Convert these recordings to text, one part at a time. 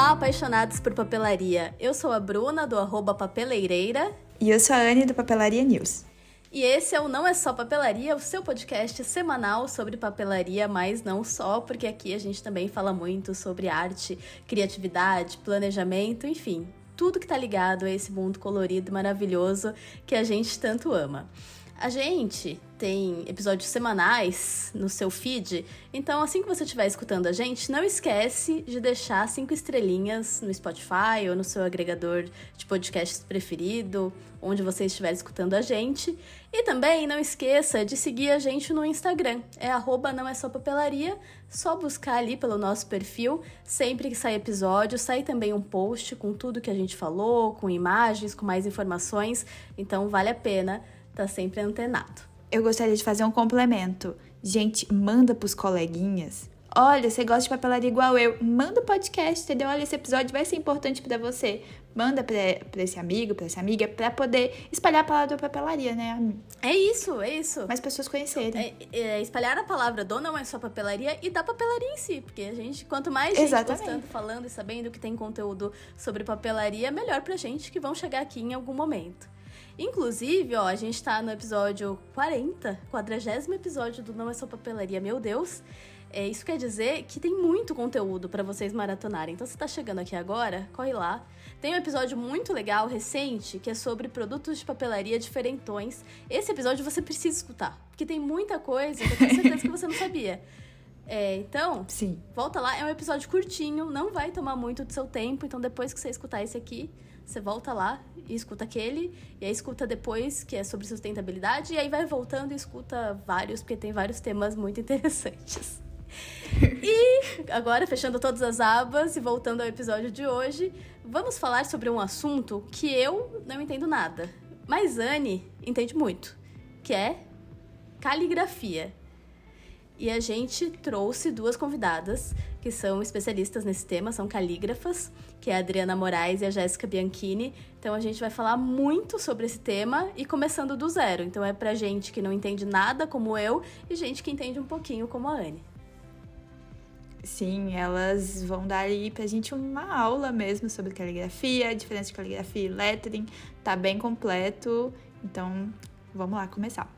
Olá, apaixonados por papelaria. Eu sou a Bruna, do @papeleireira. E eu sou a Anne, do Papelaria News. E esse é o Não É Só Papelaria, o seu podcast semanal sobre papelaria, mas não só, porque aqui a gente também fala muito sobre arte, criatividade, planejamento, enfim, tudo que tá ligado a esse mundo colorido e maravilhoso que a gente tanto ama. A gente tem episódios semanais no seu feed, então assim que você estiver escutando a gente, não esquece de deixar 5 estrelinhas no Spotify ou no seu agregador de podcasts preferido, onde você estiver escutando a gente. E também não esqueça de seguir a gente no Instagram, é @nãoessopapelaria, só buscar ali pelo nosso perfil, sempre que sai episódio, sai também um post com tudo que a gente falou, com imagens, com mais informações, então vale a pena tá sempre antenado. Eu gostaria de fazer um complemento. Gente, manda pros coleguinhas. Olha, você gosta de papelaria igual eu, manda o podcast, entendeu? Olha, esse episódio vai ser importante pra você. Manda pra esse amigo, pra essa amiga, pra poder espalhar a palavra da papelaria, né? É isso. Mais pessoas conhecerem. Espalhar a palavra do Não É Só Papelaria e da papelaria em si, porque a gente, quanto mais gente gostando, falando e sabendo que tem conteúdo sobre papelaria, melhor pra gente que vão chegar aqui em algum momento. Inclusive, a gente tá no episódio 40º episódio do Não É Só Papelaria, meu Deus. Isso quer dizer que tem muito conteúdo pra vocês maratonarem. Então, se tá chegando aqui agora, corre lá. Tem um episódio muito legal, recente, que é sobre produtos de papelaria diferentões. Esse episódio você precisa escutar, porque tem muita coisa que eu tenho certeza que você não sabia. Então, sim, volta lá. É um episódio curtinho, não vai tomar muito do seu tempo. Então, depois que você escutar esse aqui, você volta lá e escuta aquele, e aí escuta depois, que é sobre sustentabilidade, e aí vai voltando e escuta vários, porque tem vários temas muito interessantes. E agora, fechando todas as abas e voltando ao episódio de hoje, vamos falar sobre um assunto que eu não entendo nada, mas Anne entende muito, que é caligrafia. E a gente trouxe 2 convidadas que são especialistas nesse tema, são calígrafas, que é a Adriana Moraes e a Jéssica Bianchini. Então a gente vai falar muito sobre esse tema e começando do zero. Então é pra gente que não entende nada como eu e gente que entende um pouquinho como a Anne. Sim, elas vão dar aí pra gente uma aula mesmo sobre caligrafia, a diferença de caligrafia e lettering, tá bem completo. Então vamos lá começar.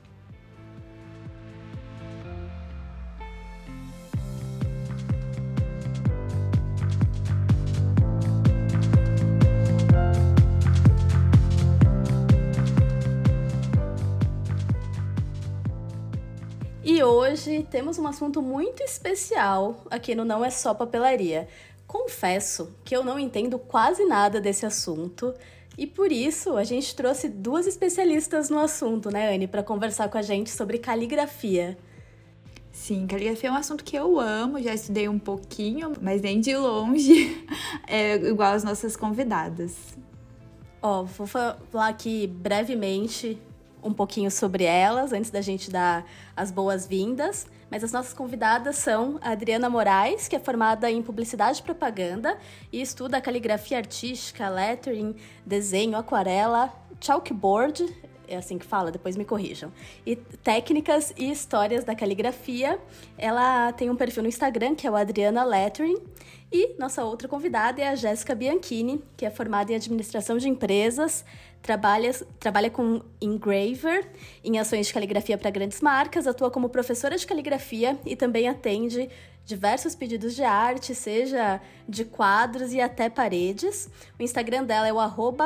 E hoje temos um assunto muito especial aqui no Não É Só Papelaria. Confesso que eu não entendo quase nada desse assunto e por isso a gente trouxe 2 especialistas no assunto, né, Anne, para conversar com a gente sobre caligrafia. Sim, caligrafia é um assunto que eu amo, já estudei um pouquinho, mas nem de longe, igual as nossas convidadas. Vou falar aqui brevemente um pouquinho sobre elas, antes da gente dar as boas-vindas. Mas as nossas convidadas são a Adriana Moraes, que é formada em Publicidade e Propaganda e estuda caligrafia artística, lettering, desenho, aquarela, chalkboard, é assim que fala, depois me corrijam, e técnicas e histórias da caligrafia. Ela tem um perfil no Instagram, que é o Adriana Lettering. E nossa outra convidada é a Jéssica Bianchini, que é formada em Administração de Empresas, trabalha com engraver em ações de caligrafia para grandes marcas, atua como professora de caligrafia e também atende diversos pedidos de arte, seja de quadros e até paredes. O Instagram dela é o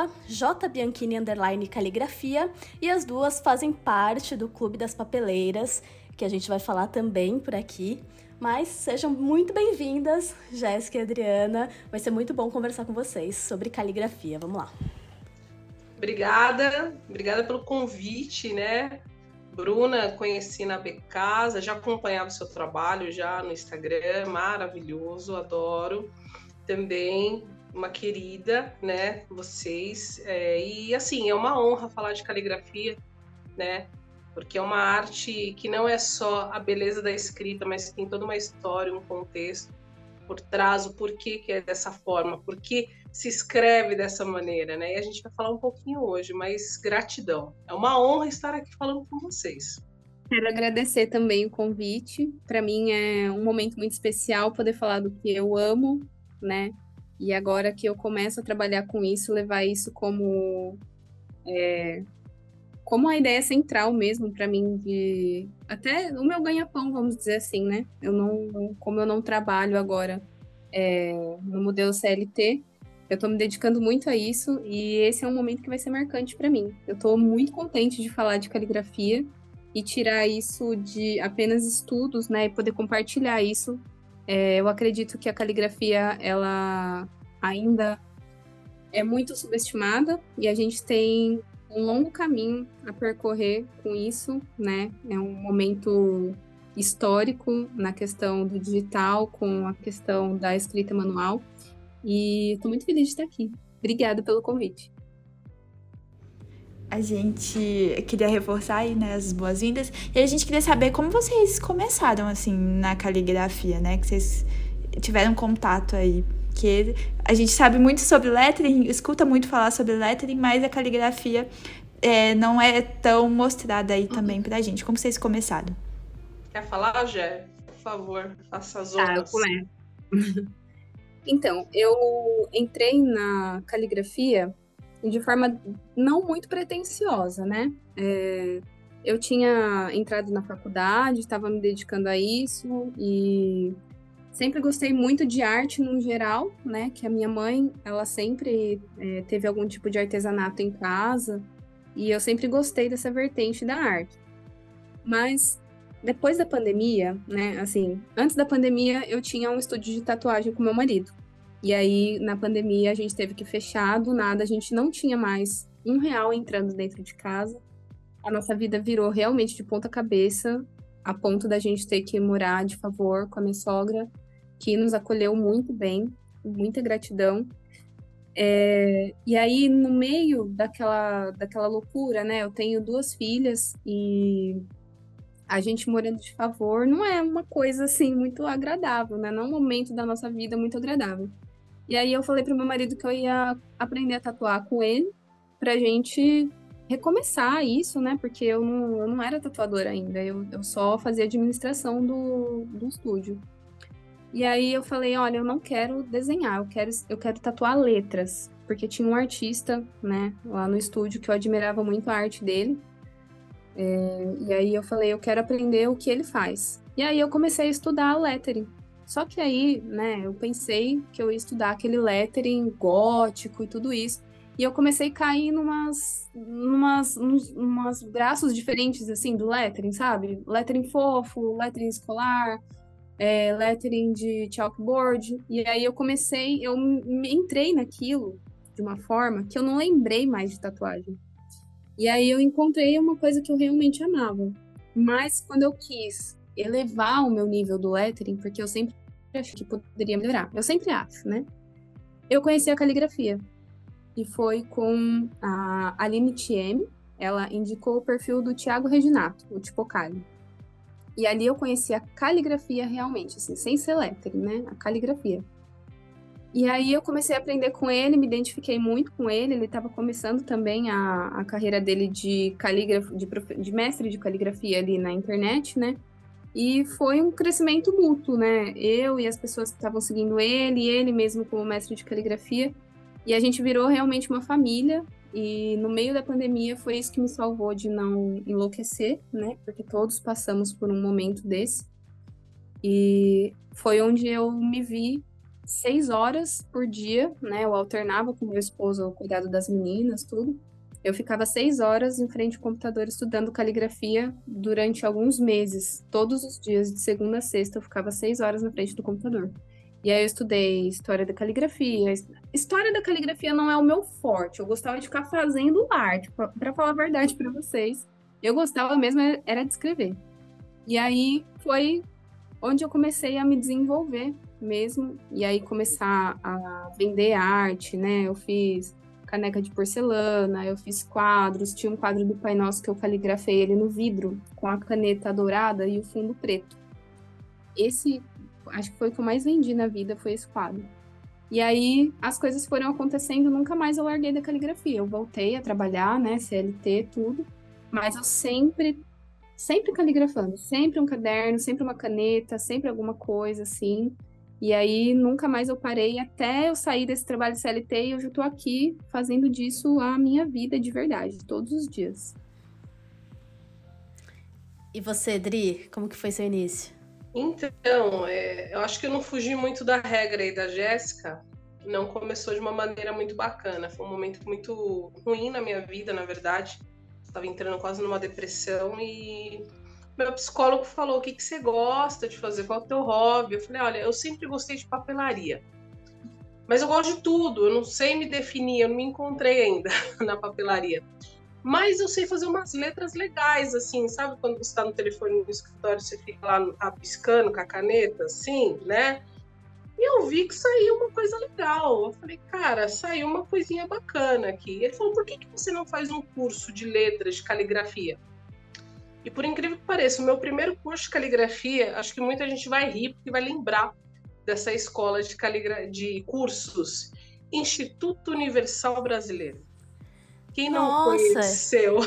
@jbianchini_caligrafia e as duas fazem parte do Clube das Papeleiras, que a gente vai falar também por aqui. Mas sejam muito bem-vindas, Jéssica e Adriana. Vai ser muito bom conversar com vocês sobre caligrafia. Vamos lá. Obrigada pelo convite, né? Bruna, conheci na Becasa, já acompanhava o seu trabalho já no Instagram, maravilhoso, adoro. Também uma querida, né? Vocês. E assim, é uma honra falar de caligrafia, né? Porque é uma arte que não é só a beleza da escrita, mas tem toda uma história, um contexto por trás, o porquê que é dessa forma, por que se escreve dessa maneira, né? E a gente vai falar um pouquinho hoje, mas gratidão. É uma honra estar aqui falando com vocês. Quero agradecer também o convite. Para mim é um momento muito especial poder falar do que eu amo, né? E agora que eu começo a trabalhar com isso, levar isso como a ideia central mesmo para mim, de até o meu ganha-pão, vamos dizer assim, né? Como eu não trabalho agora no modelo CLT, eu estou me dedicando muito a isso e esse é um momento que vai ser marcante para mim. Eu estou muito contente de falar de caligrafia e tirar isso de apenas estudos, né? E poder compartilhar isso. Eu acredito que a caligrafia, ela ainda é muito subestimada e a gente tem um longo caminho a percorrer com isso, né? É um momento histórico na questão do digital, com a questão da escrita manual. E estou muito feliz de estar aqui. Obrigada pelo convite. A gente queria reforçar aí, né, as boas-vindas. E a gente queria saber como vocês começaram, assim, na caligrafia, né? Que vocês tiveram contato aí. Que a gente sabe muito sobre lettering, escuta muito falar sobre lettering, mas a caligrafia não é tão mostrada aí também pra gente. Como vocês começaram? Quer falar, Gé? Por favor, faça as honras. Tá, eu começo. Então, eu entrei na caligrafia de forma não muito pretensiosa, né? Eu tinha entrado na faculdade, estava me dedicando a isso e sempre gostei muito de arte no geral, né? Que a minha mãe, ela sempre teve algum tipo de artesanato em casa e eu sempre gostei dessa vertente da arte. Mas depois da pandemia, né? Assim, antes da pandemia eu tinha um estúdio de tatuagem com meu marido. E aí, na pandemia, a gente teve que fechar, do nada, a gente não tinha mais R$1 entrando dentro de casa. A nossa vida virou realmente de ponta cabeça, a ponto da gente ter que morar de favor com a minha sogra, que nos acolheu muito bem, com muita gratidão. E aí, no meio daquela loucura, né? Eu tenho 2 filhas e a gente morando de favor não é uma coisa, assim, muito agradável, né? Não é um momento da nossa vida muito agradável. E aí eu falei pro meu marido que eu ia aprender a tatuar com ele pra gente recomeçar isso, né? Porque eu não era tatuadora ainda, eu só fazia administração do estúdio. E aí eu falei, olha, eu não quero desenhar, eu quero tatuar letras. Porque tinha um artista, né, lá no estúdio que eu admirava muito a arte dele. E aí eu falei, eu quero aprender o que ele faz. E aí eu comecei a estudar lettering. Só que aí, né, eu pensei que eu ia estudar aquele lettering gótico e tudo isso. E eu comecei a cair numas braços diferentes, assim, do lettering, sabe? Lettering fofo, lettering escolar, lettering de chalkboard. E aí eu me entrei naquilo de uma forma que eu não lembrei mais de tatuagem. E aí eu encontrei uma coisa que eu realmente amava. Mas quando eu quis elevar o meu nível do lettering, porque eu sempre achei que poderia melhorar. Eu sempre acho, né? Eu conheci a caligrafia. E foi com a Aline Thieme. Ela indicou o perfil do Thiago Reginato, o Tipocali. E ali eu conheci a caligrafia realmente, assim, sem ser lettering, né? A caligrafia. E aí eu comecei a aprender com ele, me identifiquei muito com ele. Ele estava começando também a carreira dele de calígrafo, de mestre de caligrafia ali na internet, né? E foi um crescimento mútuo, né? Eu e as pessoas que estavam seguindo ele, e ele mesmo como mestre de caligrafia. E a gente virou realmente uma família. E no meio da pandemia foi isso que me salvou de não enlouquecer, né? Porque todos passamos por um momento desse. E foi onde eu me vi 6 horas por dia, né? Eu alternava com meu esposo o cuidado das meninas, tudo. Eu ficava 6 horas em frente ao computador estudando caligrafia durante alguns meses. Todos os dias, de segunda a sexta, eu ficava 6 horas na frente do computador. E aí eu estudei história da caligrafia. História da caligrafia não é o meu forte. Eu gostava de ficar fazendo arte, para falar a verdade para vocês. Eu gostava mesmo era de escrever. E aí foi onde eu comecei a me desenvolver mesmo. E aí começar a vender arte, né? Eu fiz caneca de porcelana, eu fiz quadros, tinha um quadro do Pai Nosso que eu caligrafei ele no vidro, com a caneta dourada e o fundo preto. Esse, acho que foi o que eu mais vendi na vida, foi esse quadro. E aí, as coisas foram acontecendo, nunca mais eu larguei da caligrafia. Eu voltei a trabalhar, né, CLT, tudo, mas eu sempre caligrafando, sempre um caderno, sempre uma caneta, sempre alguma coisa, assim. E aí nunca mais eu parei até eu sair desse trabalho de CLT e eu já tô aqui fazendo disso a minha vida de verdade, todos os dias. E você, Dri, como que foi seu início? Então, eu acho que eu não fugi muito da regra aí da Jéssica. Não começou de uma maneira muito bacana. Foi um momento muito ruim na minha vida, na verdade. Estava entrando quase numa depressão e meu psicólogo falou: o que você gosta de fazer? Qual é o teu hobby? Eu falei: olha, eu sempre gostei de papelaria. Mas eu gosto de tudo, eu não sei me definir, eu não me encontrei ainda na papelaria. Mas eu sei fazer umas letras legais, assim, sabe? Quando você está no telefone no escritório, você fica lá rabiscando com a caneta, assim, né? E eu vi que saiu uma coisa legal. Eu falei, cara, saiu uma coisinha bacana aqui. Ele falou, por que você não faz um curso de letras, de caligrafia? E por incrível que pareça, o meu primeiro curso de caligrafia, acho que muita gente vai rir, porque vai lembrar dessa escola de cursos, Instituto Universal Brasileiro. Quem não conheceu?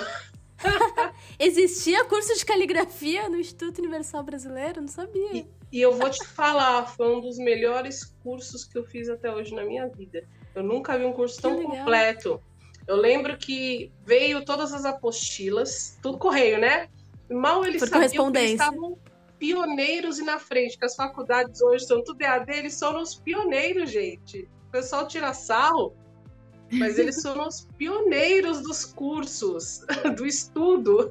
Existia curso de caligrafia no Instituto Universal Brasileiro? Não sabia. E eu vou te falar, foi um dos melhores cursos que eu fiz até hoje na minha vida. Eu nunca vi um curso tão completo. Eu lembro que veio todas as apostilas, tudo correio, né? Mal eles sabiam que eles estavam pioneiros e na frente, que as faculdades hoje são tudo EAD, eles são os pioneiros, gente. O pessoal tira sarro, mas eles são os pioneiros dos cursos, do estudo.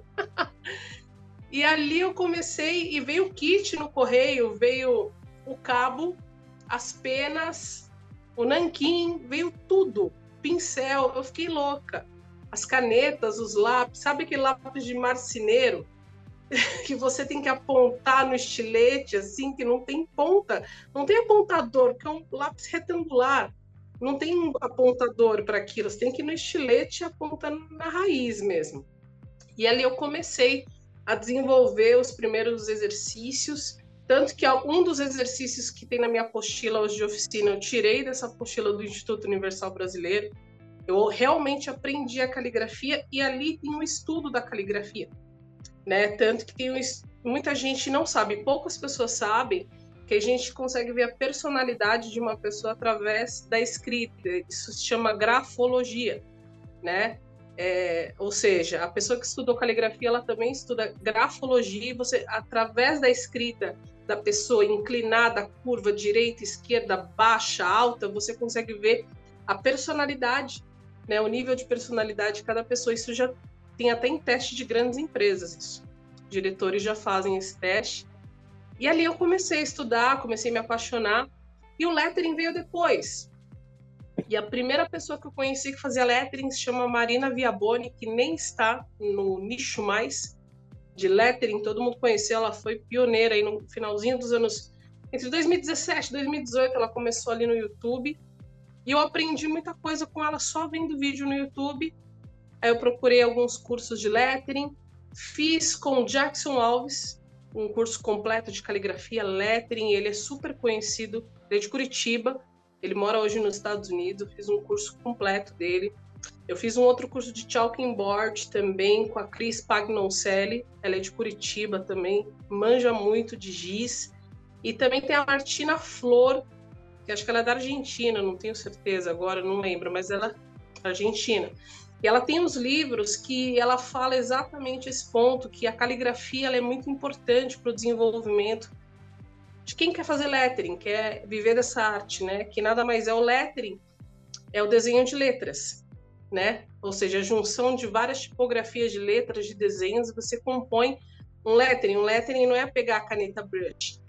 E ali eu comecei, e veio o kit no correio, veio o cabo, as penas, o nanquim, veio tudo, pincel, eu fiquei louca. As canetas, os lápis, sabe aquele lápis de marceneiro? Que você tem que apontar no estilete, assim, que não tem ponta, não tem apontador, porque é um lápis retangular. Não tem um apontador para aquilo, você tem que ir no estilete apontando na raiz mesmo. E ali eu comecei a desenvolver os primeiros exercícios, tanto que um dos exercícios que tem na minha apostila hoje de oficina, eu tirei dessa apostila do Instituto Universal Brasileiro. Eu realmente aprendi a caligrafia e ali tem um estudo da caligrafia, né? Tanto que tem muita gente não sabe, poucas pessoas sabem, que a gente consegue ver a personalidade de uma pessoa através da escrita. Isso se chama grafologia, né? Ou seja, a pessoa que estudou caligrafia, ela também estuda grafologia, e você, através da escrita da pessoa inclinada, curva, direita, esquerda, baixa, alta, você consegue ver a personalidade, né? O nível de personalidade de cada pessoa. Isso já tem até em teste de grandes empresas, isso. Diretores já fazem esse teste. E ali eu comecei a estudar, comecei a me apaixonar, e o lettering veio depois. E a primeira pessoa que eu conheci que fazia lettering se chama Marina Viaboni, que nem está no nicho mais de lettering, todo mundo conheceu, ela foi pioneira aí no finalzinho dos anos, entre 2017 e 2018, ela começou ali no YouTube, e eu aprendi muita coisa com ela só vendo vídeo no YouTube. Aí eu procurei alguns cursos de lettering, fiz com o Jackson Alves, um curso completo de caligrafia, lettering, ele é super conhecido, ele é de Curitiba, ele mora hoje nos Estados Unidos, eu fiz um curso completo dele. Eu fiz um outro curso de chalking board também com a Cris Pagnoncelli, ela é de Curitiba também, manja muito de giz. E também tem a Martina Flor, que acho que ela é da Argentina, não tenho certeza agora, não lembro, mas ela é argentina. E ela tem uns livros que ela fala exatamente esse ponto, que a caligrafia ela é muito importante para o desenvolvimento de quem quer fazer lettering, quer viver dessa arte, né? Que nada mais é o lettering, é o desenho de letras, né? Ou seja, a junção de várias tipografias de letras, de desenhos, e você compõe um lettering. Um lettering não é pegar a caneta brush.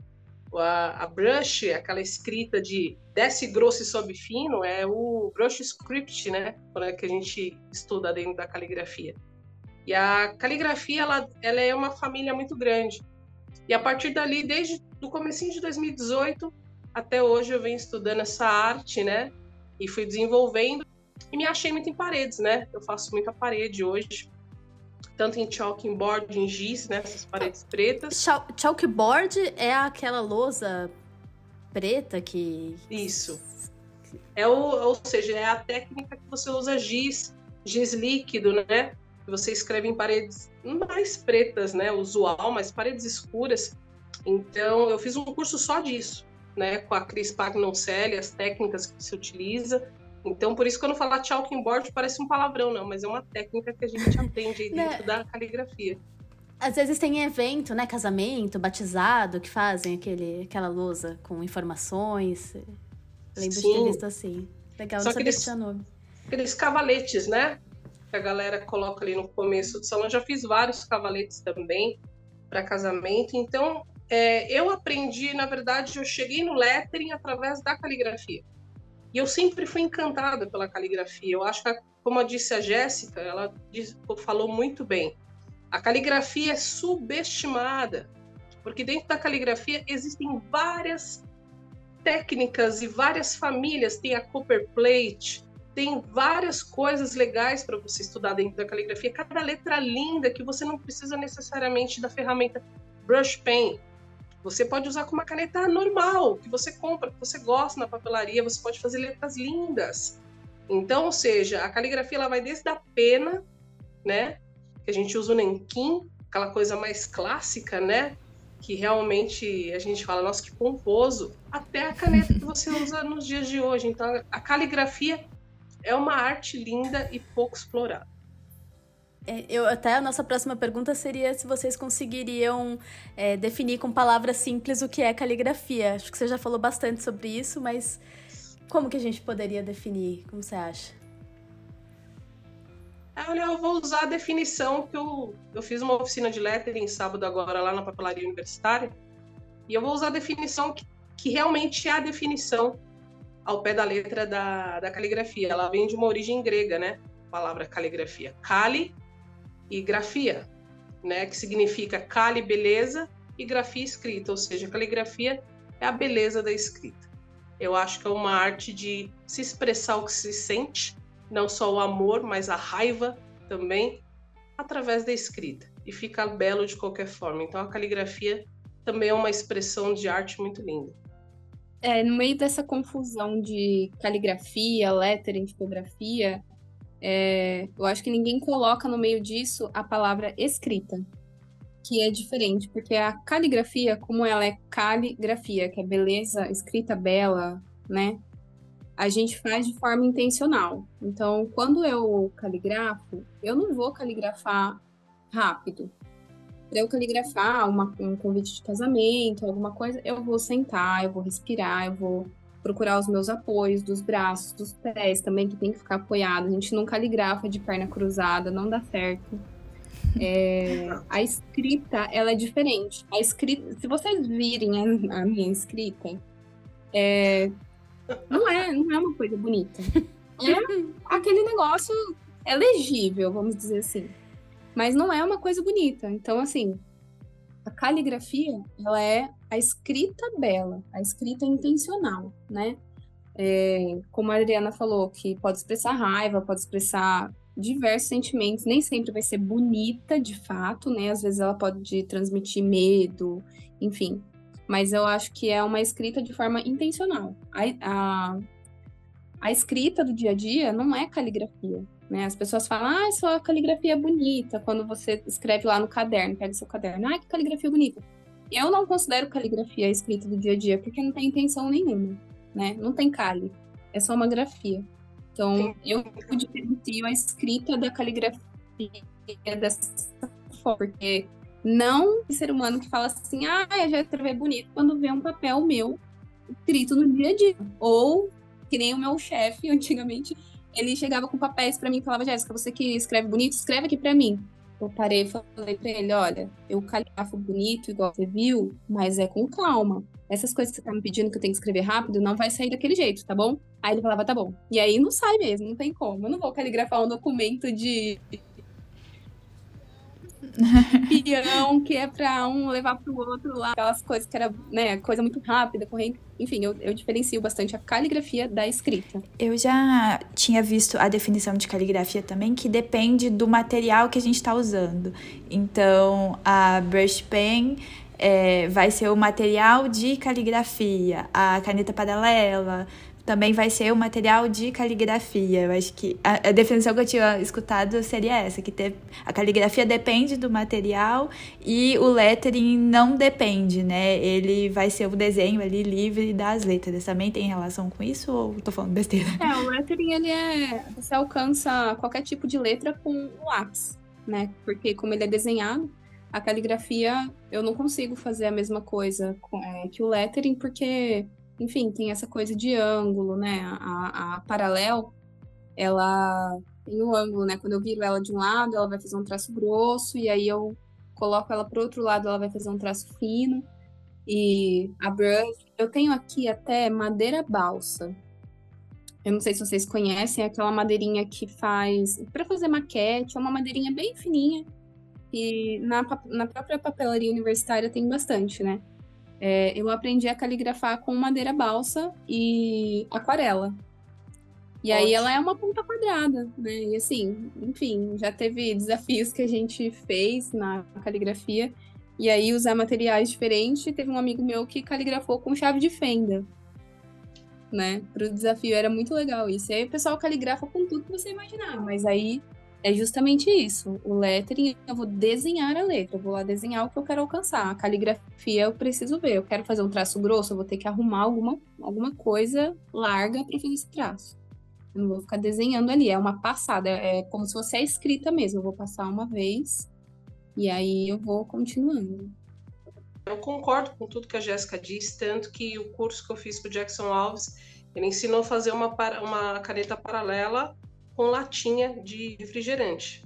A brush, aquela escrita de desce grosso e sobe fino, é o brush script, né? Que a gente estuda dentro da caligrafia. E a caligrafia, ela é uma família muito grande. E a partir dali, desde o comecinho de 2018 até hoje, eu venho estudando essa arte, né? E fui desenvolvendo. E me achei muito em paredes, né? Eu faço muita parede hoje. Tanto em chalking board, em giz, né? Essas paredes pretas. Chalkboard é aquela lousa preta que... Isso. Ou seja, é a técnica que você usa giz líquido, né? Você escreve em paredes mais pretas, né? Usual, mas paredes escuras. Então, eu fiz um curso só disso, né, com a Cris Pagnoncelli, as técnicas que se utiliza. Então, por isso, quando falar chalking board, parece um palavrão, não, mas é uma técnica que a gente aprende aí dentro da caligrafia. Às vezes tem evento, né, casamento, batizado, que fazem aquela lousa com informações. Lembro de ter visto assim. Legal, não sabia que tinha nome. Aqueles cavaletes, né, que a galera coloca ali no começo do salão. Eu já fiz vários cavaletes também para casamento. Então, eu aprendi, na verdade, eu cheguei no lettering através da caligrafia. E eu sempre fui encantada pela caligrafia. Eu acho que, como disse a Jéssica, ela falou muito bem. A caligrafia é subestimada, porque dentro da caligrafia existem várias técnicas e várias famílias. Tem a copperplate, tem várias coisas legais para você estudar dentro da caligrafia. Cada letra linda que você não precisa necessariamente da ferramenta brush pen. Você pode usar com uma caneta normal, que você compra, que você gosta na papelaria, você pode fazer letras lindas. Então, ou seja, a caligrafia ela vai desde a pena, né, que a gente usa o nanquim, aquela coisa mais clássica, né, que realmente a gente fala, nossa, que pomposo, até a caneta que você usa nos dias de hoje. Então, a caligrafia é uma arte linda e pouco explorada. Até a nossa próxima pergunta seria se vocês conseguiriam definir com palavras simples o que é caligrafia. Acho que você já falou bastante sobre isso, mas como que a gente poderia definir? Como você acha? Olha, eu vou usar a definição que eu fiz uma oficina de lettering sábado agora lá na papelaria universitária, e eu vou usar a definição que realmente é a definição ao pé da letra da caligrafia. Ela vem de uma origem grega, né? A palavra caligrafia. Cali e grafia, né, que significa cali, beleza, e grafia, escrita, ou seja, a caligrafia é a beleza da escrita. Eu acho que é uma arte de se expressar o que se sente, não só o amor, mas a raiva também, através da escrita, e fica belo de qualquer forma. Então a caligrafia também é uma expressão de arte muito linda. No meio dessa confusão de caligrafia, lettering, tipografia, eu acho que ninguém coloca no meio disso a palavra escrita, que é diferente, porque a caligrafia, como ela é caligrafia, que é beleza, escrita bela, né? A gente faz de forma intencional. Então, quando eu caligrafo, eu não vou caligrafar rápido. Para eu caligrafar um convite de casamento, alguma coisa, eu vou sentar, eu vou respirar, eu vou procurar os meus apoios dos braços, dos pés também, que tem que ficar apoiado. A gente não caligrafa de perna cruzada, não dá certo. A escrita, ela é diferente. A escrita, se vocês virem a minha escrita, não é uma coisa bonita. É aquele negócio, é legível, vamos dizer assim. Mas não é uma coisa bonita. Então, assim, a caligrafia, ela é a escrita bela, a escrita intencional, né? Como a Adriana falou, que pode expressar raiva, pode expressar diversos sentimentos, nem sempre vai ser bonita, de fato, né? Às vezes ela pode transmitir medo, enfim. Mas eu acho que é uma escrita de forma intencional. A escrita do dia a dia não é caligrafia, né? As pessoas falam, sua caligrafia é bonita, quando você escreve lá no caderno, pega seu caderno, que caligrafia bonita. Eu não considero caligrafia a escrita do dia a dia, porque não tem intenção nenhuma, né? Não tem cali, é só uma grafia. Então, eu diferencio a escrita da caligrafia dessa forma, porque não o ser humano que fala assim, eu já escrevi bonito quando vê um papel meu escrito no dia a dia. Ou, que nem o meu chefe, antigamente, ele chegava com papéis pra mim e falava, Jéssica, você que escreve bonito, escreve aqui pra mim. Eu parei e falei pra ele, olha, eu caligrafo bonito, igual você viu, mas é com calma. Essas coisas que você tá me pedindo que eu tenho que escrever rápido, não vai sair daquele jeito, tá bom? Aí ele falava, tá bom. E aí não sai mesmo, não tem como. Eu não vou caligrafar um documento de peão, que é pra um levar pro outro lá, aquelas coisas que era, né, coisa muito rápida, correndo. Enfim, eu diferencio bastante a caligrafia da escrita. Eu já tinha visto a definição de caligrafia também, que depende do material que a gente tá usando. Então, a brush pen vai ser o material de caligrafia, a caneta paralela também vai ser o material de caligrafia. Eu acho que a definição que eu tinha escutado seria essa, que a caligrafia depende do material e o lettering não depende, né? Ele vai ser o desenho ali livre das letras. Também tem relação com isso ou tô falando besteira? O lettering, você alcança qualquer tipo de letra com o lápis, né? Porque como ele é desenhado, a caligrafia, eu não consigo fazer a mesma coisa que o lettering, porque, enfim, tem essa coisa de ângulo, né? A Parallel, ela tem um ângulo, né? Quando eu viro ela de um lado, ela vai fazer um traço grosso, e aí eu coloco ela pro outro lado, ela vai fazer um traço fino. E a brush, eu tenho aqui até madeira balsa. Eu não sei se vocês conhecem, é aquela madeirinha que faz para fazer maquete, é uma madeirinha bem fininha. E na própria papelaria universitária tem bastante, né? Eu aprendi a caligrafar com madeira balsa e aquarela. E aí ela é uma ponta quadrada, né? E assim, enfim, já teve desafios que a gente fez na caligrafia. E aí usar materiais diferentes. Teve um amigo meu que caligrafou com chave de fenda, né? Pro desafio era muito legal isso. E aí o pessoal caligrafa com tudo que você imaginar, mas aí é justamente isso. O lettering, eu vou desenhar a letra, eu vou lá desenhar o que eu quero alcançar. A caligrafia eu preciso ver. Eu quero fazer um traço grosso, eu vou ter que arrumar alguma coisa larga para fazer esse traço. Eu não vou ficar desenhando ali, é uma passada, é como se fosse a escrita mesmo. Eu vou passar uma vez e aí eu vou continuando. Eu concordo com tudo que a Jéssica disse, tanto que o curso que eu fiz com o Jackson Alves, ele ensinou a fazer uma caneta paralela com latinha de refrigerante.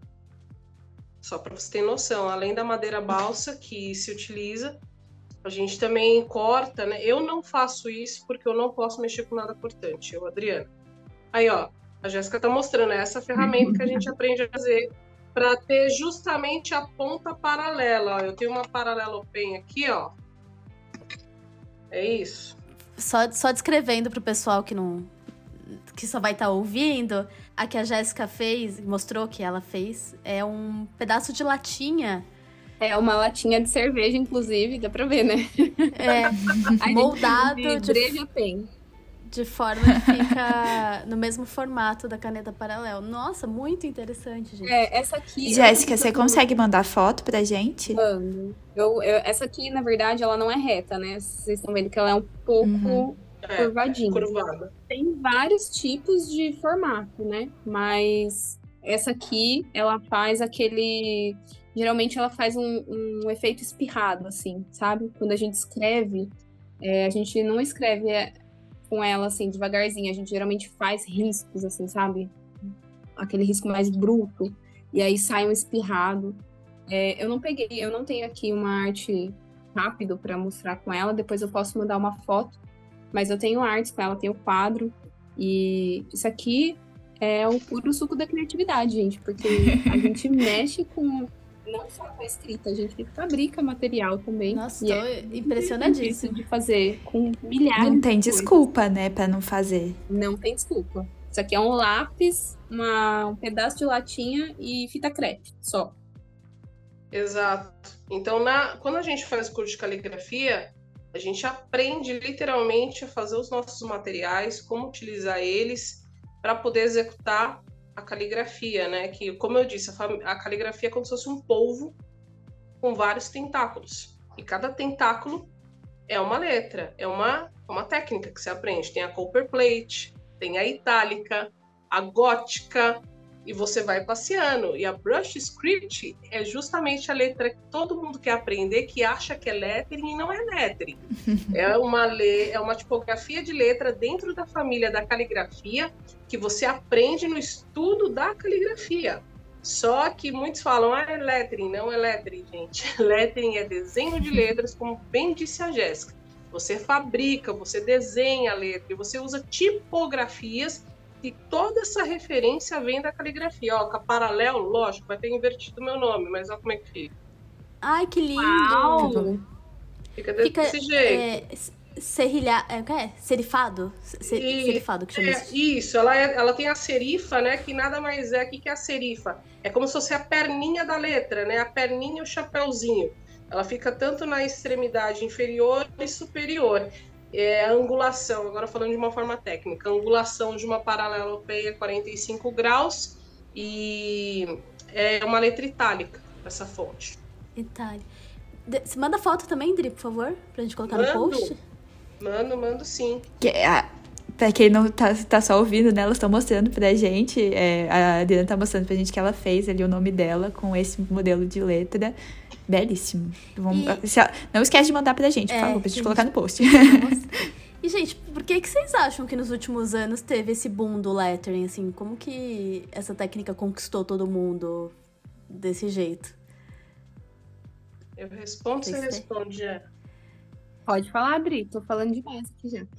Só para você ter noção, além da madeira balsa que se utiliza, a gente também corta, né? Eu não faço isso porque eu não posso mexer com nada cortante, eu, Adriana. Aí, ó, a Jéssica tá mostrando essa ferramenta que a gente aprende a fazer para ter justamente a ponta paralela. Ó, eu tenho uma paralelopen aqui, ó. É isso. Só descrevendo pro pessoal que só vai estar ouvindo, a que a Jéssica fez, mostrou que ela fez, é um pedaço de latinha. É uma latinha de cerveja, inclusive, dá pra ver, né? Moldado de forma que fica no mesmo formato da caneta Parallel. Nossa, muito interessante, gente. Essa aqui... Jéssica, você consegue mandar foto pra gente? Mando. Essa aqui, na verdade, ela não é reta, né? Vocês estão vendo que ela é um pouco curvadinha. Curvada. Tem vários tipos de formato, né? Mas essa aqui, ela faz aquele... Geralmente ela faz um efeito espirrado, assim, sabe? Quando a gente escreve, a gente não escreve com ela, assim, devagarzinho. A gente geralmente faz riscos, assim, sabe? Aquele risco mais bruto. E aí sai um espirrado. Eu não tenho aqui uma arte rápido para mostrar com ela. Depois eu posso mandar uma foto. Mas eu tenho artes com ela, tenho quadro. E isso aqui é o puro suco da criatividade, gente. Porque a gente mexe com... Não só com a escrita, a gente fabrica material também. Nossa, tô impressionadíssima de fazer com milhares. Não tem desculpa, né, pra não fazer. Não tem desculpa. Isso aqui é um lápis, um pedaço de latinha e fita crepe, só. Exato. Então, quando a gente faz curso de caligrafia, a gente aprende literalmente a fazer os nossos materiais, como utilizar eles para poder executar a caligrafia, né? Que, como eu disse, a caligrafia é como se fosse um polvo com vários tentáculos. E cada tentáculo é uma letra, é uma técnica que você aprende. Tem a copperplate, tem a itálica, a gótica, e você vai passeando. E a brush script é justamente a letra que todo mundo quer aprender, que acha que é lettering e não é lettering. É uma tipografia de letra dentro da família da caligrafia, que você aprende no estudo da caligrafia. Só que muitos falam, é lettering, não é lettering, gente. Lettering é desenho de letras, como bem disse a Jéssica. Você fabrica, você desenha a letra, e você usa tipografias, e toda essa referência vem da caligrafia. Ó, com a Parallel, lógico, vai ter invertido o meu nome, mas olha como é que fica. Ai, que lindo! Uau. Fica desse jeito. Serifado? Serifado que chama isso. Isso, ela tem a serifa, né? Que nada mais é que a serifa. É como se fosse a perninha da letra, né? A perninha e o chapéuzinho. Ela fica tanto na extremidade inferior e superior. a angulação, agora falando de uma forma técnica, a angulação de uma paralelopeia 45 graus e é uma letra itálica, essa fonte. Itália. Você manda foto também, Dri, por favor, pra gente colocar no post? Mando sim. Pra quem não tá só ouvindo, né, elas estão mostrando pra gente, a Adriana tá mostrando pra gente que ela fez ali o nome dela com esse modelo de letra. Belíssimo. Não esquece de mandar pra gente, por favor, pra gente colocar no post. E, gente, por que vocês acham que nos últimos anos teve esse boom do lettering, assim? Como que essa técnica conquistou todo mundo desse jeito? Eu respondo, você responde, já. Pode falar, Adri, tô falando demais aqui já.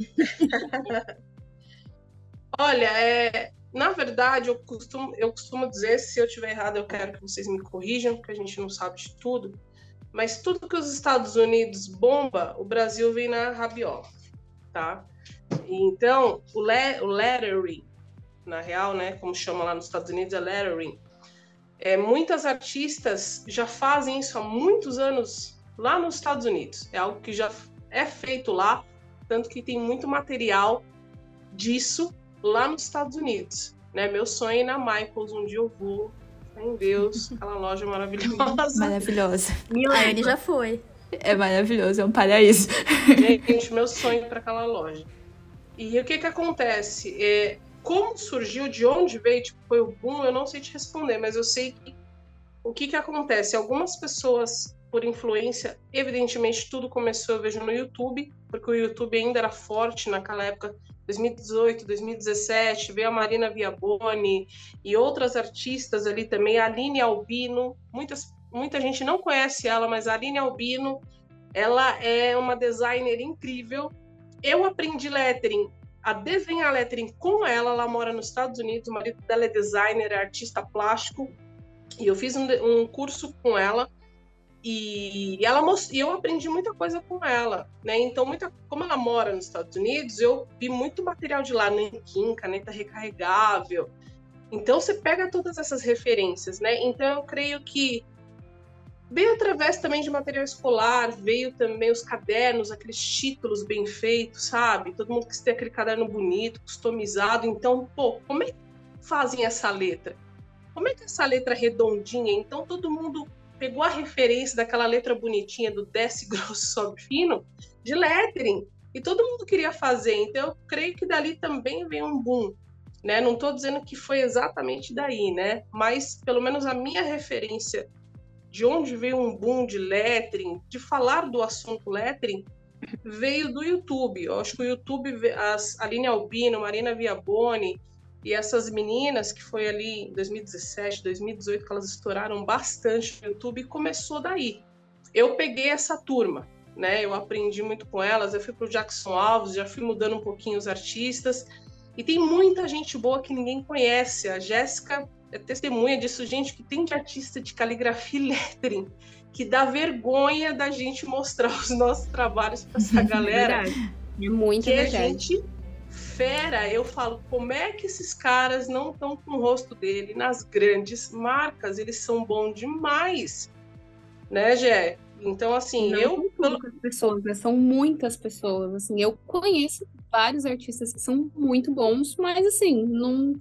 Olha, na verdade, eu costumo dizer, se eu estiver errado, eu quero que vocês me corrijam, porque a gente não sabe de tudo, mas tudo que os Estados Unidos bomba, o Brasil vem na rabiola, tá? Então, o lettering, na real, né, como chama lá nos Estados Unidos, é lettering. Muitas artistas já fazem isso há muitos anos lá nos Estados Unidos. É algo que já é feito lá, tanto que tem muito material disso lá nos Estados Unidos. Né? Meu sonho é ir na Michaels, um dia eu vou. Em Deus, aquela loja maravilhosa. Maravilhosa. Ele já foi. É maravilhoso, é um paraíso. Gente, meu sonho é para aquela loja. E o que acontece? Como surgiu, de onde veio, tipo, foi o boom, eu não sei te responder, mas eu sei que o que acontece? Algumas pessoas, por influência, evidentemente tudo começou, eu vejo no YouTube, porque o YouTube ainda era forte naquela época, 2018, 2017, veio a Marina Viaboni e outras artistas ali também, a Aline Albino, muita gente não conhece ela, mas a Aline Albino, ela é uma designer incrível. Eu aprendi lettering, a desenhar lettering com ela mora nos Estados Unidos, o marido dela é designer, é artista plástico, e eu fiz um curso com ela, e eu aprendi muita coisa com ela, né? Então, como ela mora nos Estados Unidos, eu vi muito material de lá, nanquim, caneta recarregável, então você pega todas essas referências, né? Então, eu creio que veio através também de material escolar, veio também os cadernos, aqueles títulos bem feitos, sabe? Todo mundo quis ter aquele caderno bonito, customizado. Então, como é que fazem essa letra? Como é que essa letra é redondinha? Então, todo mundo pegou a referência daquela letra bonitinha do desce grosso, sobe fino, de lettering. E todo mundo queria fazer. Então, eu creio que dali também veio um boom. Né? Não estou dizendo que foi exatamente daí, né? Mas, pelo menos, a minha referência de onde veio um boom de lettering, de falar do assunto lettering, veio do YouTube. Eu acho que o YouTube, a Aline Albino, Marina Viaboni e essas meninas que foi ali em 2017, 2018, que elas estouraram bastante no YouTube, e começou daí. Eu peguei essa turma, né? Eu aprendi muito com elas, eu fui pro Jackson Alves, já fui mudando um pouquinho os artistas, e tem muita gente boa que ninguém conhece. A Jéssica é testemunha disso, gente, que tem de artista de caligrafia e lettering, que dá vergonha da gente mostrar os nossos trabalhos para essa galera. É muito que verdade. A gente fera, eu falo, como é que esses caras não estão com o rosto dele nas grandes marcas? Eles são bons demais, né, Gé? Então, assim, poucas pessoas, né? São muitas pessoas, assim, eu conheço vários artistas que são muito bons, mas, assim, não...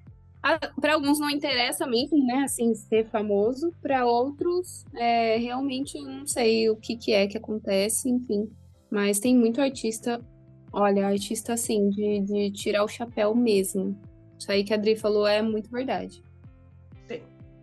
Para alguns não interessa mesmo, né, assim, ser famoso. Para outros, realmente eu não sei o que é que acontece, enfim. Mas tem muito artista, olha, artista assim, de tirar o chapéu mesmo. Isso aí que a Adri falou é muito verdade. Tem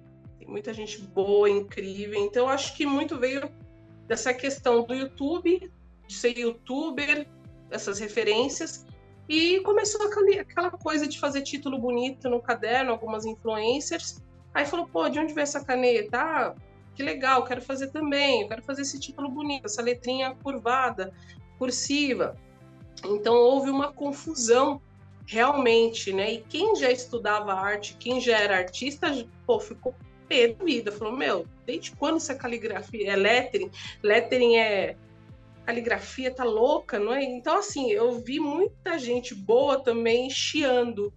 muita gente boa, incrível. Então, acho que muito veio dessa questão do YouTube, de ser youtuber, essas referências. E começou aquela coisa de fazer título bonito no caderno, algumas influencers. Aí falou, de onde veio essa caneta? Ah, que legal, quero fazer também. Eu quero fazer esse título bonito, essa letrinha curvada, cursiva. Então, houve uma confusão, realmente, né? E quem já estudava arte, quem já era artista, ficou pé da vida. Falou, desde quando essa caligrafia é lettering? Lettering é... caligrafia tá louca, não é? Então, assim, eu vi muita gente boa também chiando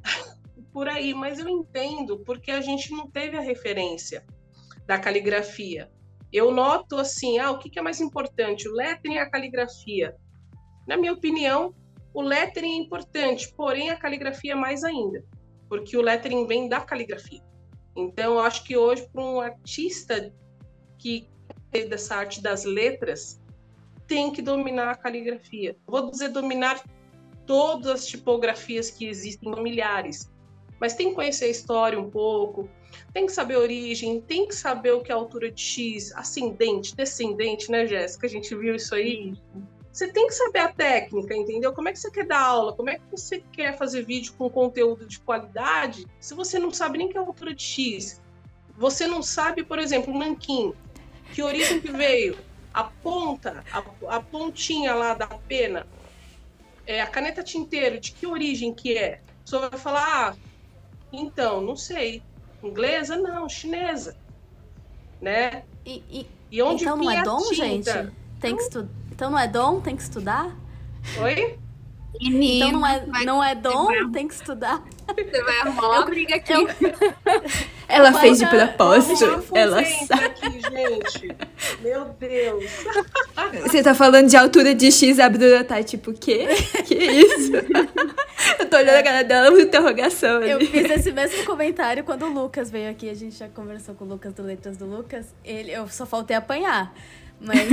por aí, mas eu entendo, porque a gente não teve a referência da caligrafia. Eu noto, assim, o que é mais importante, o lettering e a caligrafia? Na minha opinião, o lettering é importante, porém a caligrafia mais ainda, porque o lettering vem da caligrafia. Então, eu acho que hoje, para um artista que é dessa arte das letras, tem que dominar a caligrafia. Vou dizer dominar todas as tipografias que existem, milhares, mas tem que conhecer a história um pouco, tem que saber a origem, tem que saber o que é a altura de X, ascendente, descendente, né, Jéssica? A gente viu isso aí. Você tem que saber a técnica, entendeu? Como é que você quer dar aula? Como é que você quer fazer vídeo com conteúdo de qualidade se você não sabe nem que é a altura de X? Você não sabe, por exemplo, o nanquim, que origem que veio? A ponta, a pontinha lá da pena, a caneta tinteiro, de que origem que é? A pessoa vai falar, então, não sei. Inglesa? Não, chinesa. Né? E onde então não é dom, gente? Tem que estudar. Então não é dom? Tem que estudar? Oi? Então não é dom? Tem que estudar. Você vai arrumar uma briga aqui. Ela fez de propósito. Ela sabe. Aqui, gente. Meu Deus. Você tá falando de altura de X, a Bruna tá tipo, quê? Que isso? Eu tô olhando a cara dela com interrogação ali. Eu fiz esse mesmo comentário quando o Lucas veio aqui. A gente já conversou com o Lucas do Letras do Lucas. Eu só faltei apanhar. Mas...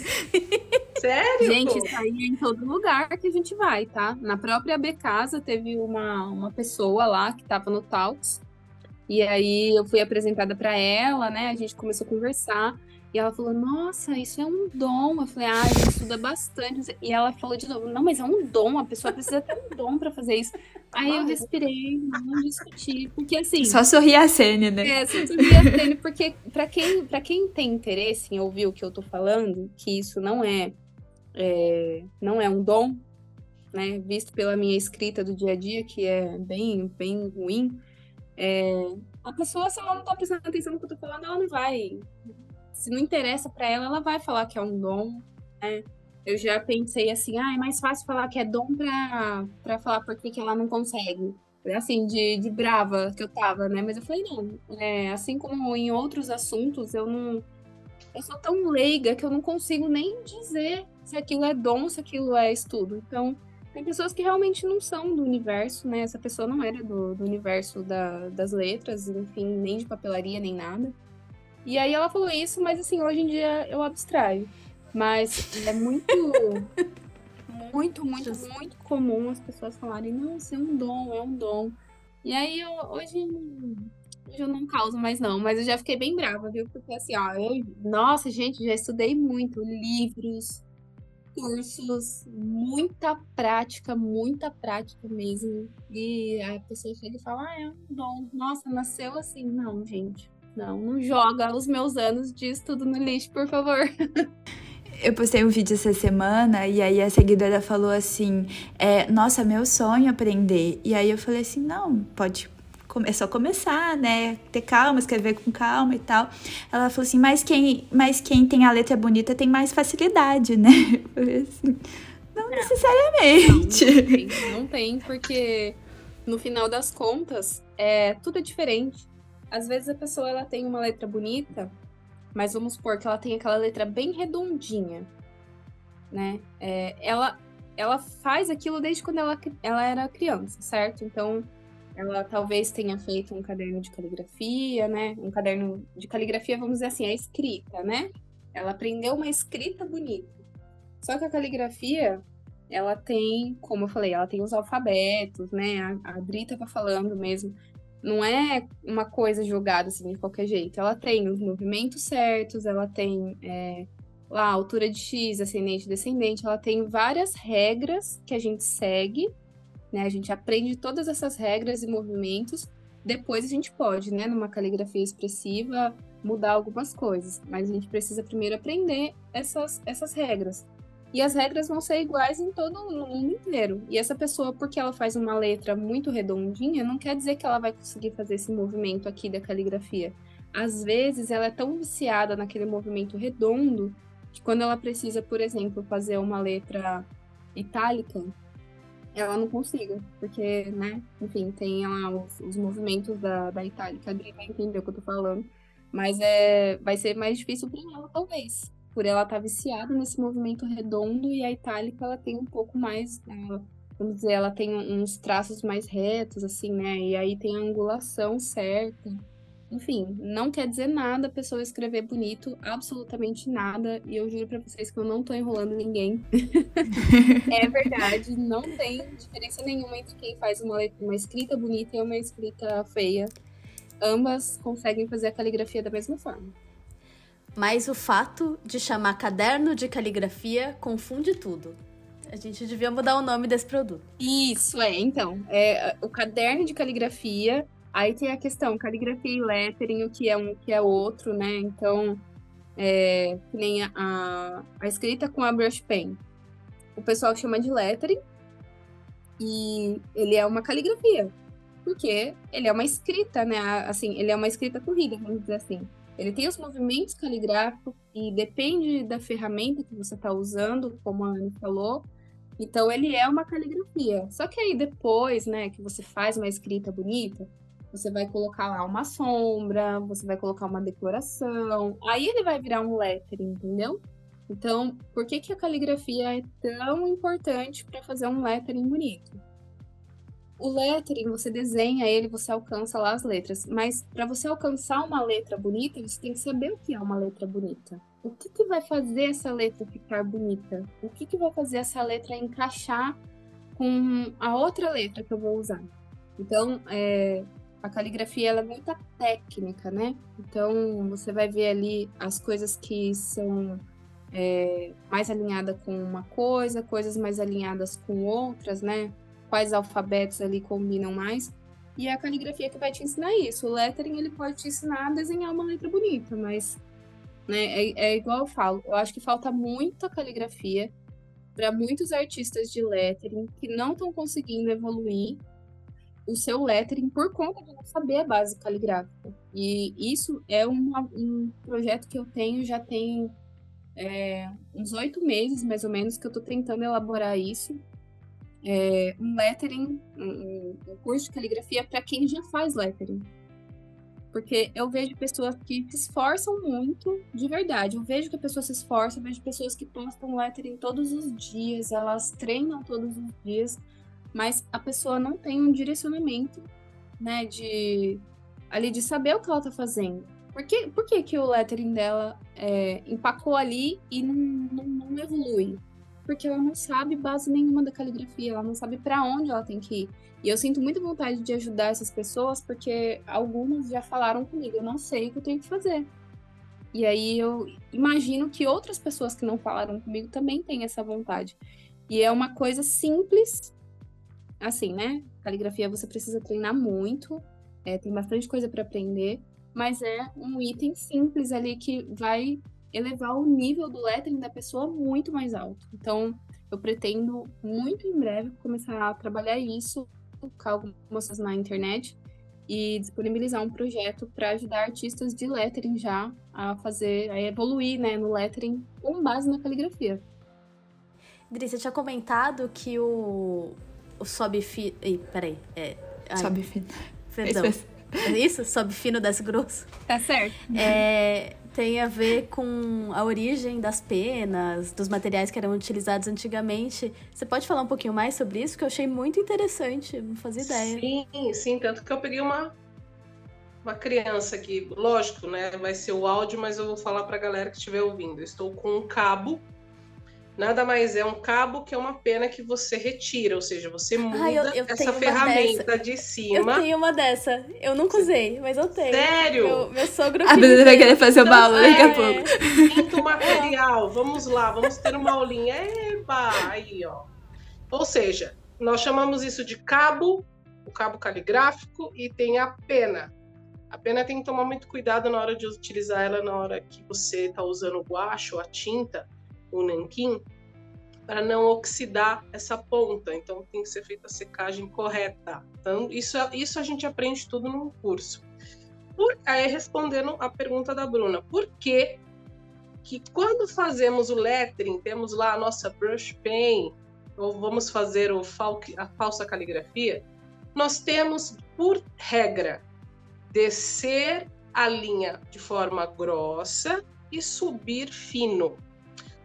Sério? Gente, isso aí é em todo lugar que a gente vai, tá? Na própria Becasa teve uma pessoa lá que tava no Talks. E aí eu fui apresentada para ela, né? A gente começou a conversar. E ela falou, nossa, isso é um dom. Eu falei, a gente estuda bastante. E ela falou de novo, não, mas é um dom. A pessoa precisa ter um dom para fazer isso. Aí eu respirei, não discuti. Porque assim... Só sorrir a cena, né? Só sorrir a cena. Porque pra quem tem interesse em ouvir o que eu tô falando, que isso não é um dom, né? Visto pela minha escrita do dia a dia, que é bem, bem ruim. A pessoa, se ela não tá prestando atenção no que eu tô falando, ela não vai... Se não interessa pra ela, ela vai falar que é um dom, né? Eu já pensei assim, é mais fácil falar que é dom pra falar por que ela não consegue. Assim, de brava que eu tava, né? Mas eu falei, não. Assim como em outros assuntos, eu sou tão leiga que eu não consigo nem dizer se aquilo é dom, se aquilo é estudo. Então, tem pessoas que realmente não são do universo, né? Essa pessoa não era do universo das letras, enfim, nem de papelaria, nem nada. E aí ela falou isso, mas assim, hoje em dia eu abstraio. Mas é muito comum as pessoas falarem, não, isso é um dom. E aí hoje eu não causo mais não, mas eu já fiquei bem brava, viu? Porque assim, nossa, gente, já estudei muito, livros, cursos, muita prática mesmo. E a pessoa chega e fala, é um dom. Nossa, nasceu assim. Não, gente. Não joga os meus anos de estudo no lixo, por favor. Eu postei um vídeo essa semana e aí a seguidora falou assim, nossa, meu sonho aprender. E aí eu falei assim, não, é só começar, né? Ter calma, escrever com calma e tal. Ela falou assim, mas quem tem a letra bonita tem mais facilidade, né? Eu falei assim, não necessariamente. Não tem, porque no final das contas, tudo é diferente. Às vezes a pessoa ela tem uma letra bonita, mas vamos supor que ela tem aquela letra bem redondinha, né? Ela faz aquilo desde quando ela era criança, certo? Então, ela talvez tenha feito um caderno de caligrafia, né? Um caderno de caligrafia, vamos dizer assim, a escrita, né? Ela aprendeu uma escrita bonita. Só que a caligrafia, ela tem, como eu falei, ela tem os alfabetos, né? A Adri estava falando mesmo. Não é uma coisa jogada assim de qualquer jeito. Ela tem os movimentos certos, ela tem lá a altura de X, ascendente e descendente. Ela tem várias regras que a gente segue, né? A gente aprende todas essas regras e movimentos. Depois a gente pode, né, numa caligrafia expressiva, mudar algumas coisas. Mas a gente precisa primeiro aprender essas regras. E as regras vão ser iguais em todo o mundo inteiro. E essa pessoa, porque ela faz uma letra muito redondinha, não quer dizer que ela vai conseguir fazer esse movimento aqui da caligrafia. Às vezes, ela é tão viciada naquele movimento redondo, que quando ela precisa, por exemplo, fazer uma letra itálica, ela não consiga. Porque, né, enfim, tem lá os movimentos da itálica. A Adri vai entender o que eu tô falando. Mas vai ser mais difícil para ela, talvez. por ela estar viciada nesse movimento redondo, e a itálica, ela tem um pouco mais, vamos dizer, ela tem uns traços mais retos, assim, né? E aí tem a angulação certa. Enfim, não quer dizer nada a pessoa escrever bonito, absolutamente nada. E eu juro pra vocês que eu não tô enrolando ninguém. É verdade, não tem diferença nenhuma entre quem faz uma escrita bonita e uma escrita feia. Ambas conseguem fazer a caligrafia da mesma forma. Mas o fato de chamar caderno de caligrafia confunde tudo. A gente devia mudar o nome desse produto. Isso, então. É o caderno de caligrafia. Aí tem a questão, caligrafia e lettering, o que é um, o que é outro, né? Então, que nem a escrita com a brush pen. O pessoal chama de lettering e ele é uma caligrafia, porque ele é uma escrita, né? Assim, ele é uma escrita corrida, vamos dizer assim. Ele tem os movimentos caligráficos e depende da ferramenta que você está usando, como a Ana falou. Então, ele é uma caligrafia. Só que aí depois, né, que você faz uma escrita bonita, você vai colocar lá uma sombra, você vai colocar uma decoração. Aí ele vai virar um lettering, entendeu? Então, por que a caligrafia é tão importante para fazer um lettering bonito? O lettering, você desenha ele, você alcança lá as letras. Mas para você alcançar uma letra bonita, você tem que saber o que é uma letra bonita. O que vai fazer essa letra ficar bonita? O que vai fazer essa letra encaixar com a outra letra que eu vou usar? Então, a caligrafia ela é muita técnica, né? Então, você vai ver ali as coisas que são mais alinhadas com uma coisa, coisas mais alinhadas com outras, né? Quais alfabetos ali combinam mais. E é a caligrafia que vai te ensinar isso. O lettering, ele pode te ensinar a desenhar uma letra bonita, mas né, é igual eu falo. Eu acho que falta muita caligrafia para muitos artistas de lettering que não estão conseguindo evoluir o seu lettering por conta de não saber a base caligráfica. E isso é um projeto que eu tenho, já tem uns 8 meses, mais ou menos, que eu estou tentando elaborar isso. Um lettering, um curso de caligrafia para quem já faz lettering. Porque eu vejo pessoas que se esforçam muito, de verdade. Eu vejo que a pessoa se esforça, eu vejo pessoas que postam lettering todos os dias, elas treinam todos os dias, mas a pessoa não tem um direcionamento, né, de saber o que ela tá fazendo. Por que o lettering dela empacou ali e não evolui? Porque ela não sabe base nenhuma da caligrafia, ela não sabe para onde ela tem que ir. E eu sinto muita vontade de ajudar essas pessoas, porque algumas já falaram comigo, eu não sei o que eu tenho que fazer. E aí eu imagino que outras pessoas que não falaram comigo também têm essa vontade. E é uma coisa simples, assim, né? Caligrafia você precisa treinar muito, tem bastante coisa para aprender, mas é um item simples ali que vai elevar o nível do lettering da pessoa muito mais alto. Então, eu pretendo muito em breve começar a trabalhar isso, colocar algumas coisas na internet e disponibilizar um projeto para ajudar artistas de lettering já a evoluir, né, no lettering com base na caligrafia. Dri, você tinha comentado que o sobe fino... Peraí. Sobe fino. Perdão. É isso? Sobe fino, desce grosso? Tá certo. Tem a ver com a origem das penas, dos materiais que eram utilizados antigamente. Você pode falar um pouquinho mais sobre isso? Que eu achei muito interessante, não fazia ideia. Sim, tanto que eu peguei uma criança aqui. Lógico, né? Vai ser o áudio, mas eu vou falar pra galera que estiver ouvindo. Eu estou com um cabo. Nada mais é um cabo que é uma pena que você retira, ou seja, você muda eu essa ferramenta de cima. Eu tenho uma dessa. Eu nunca usei, mas eu tenho. Sério? Meu sogro A Bruna vai querer fazer uma aula daqui a pouco. Quinto material, vamos lá, vamos ter uma aulinha. Epa, aí, ó. Ou seja, nós chamamos isso de cabo, o cabo caligráfico, e tem a pena. A pena tem que tomar muito cuidado na hora de utilizar ela, na hora que você está usando o guache ou a tinta, o nanquim, para não oxidar essa ponta. Então tem que ser feita a secagem correta. Então isso a gente aprende tudo num curso. Aí respondendo a pergunta da Bruna, por que quando fazemos o lettering, temos lá a nossa brush pen, ou vamos fazer a falsa caligrafia, nós temos, por regra, descer a linha de forma grossa e subir fino.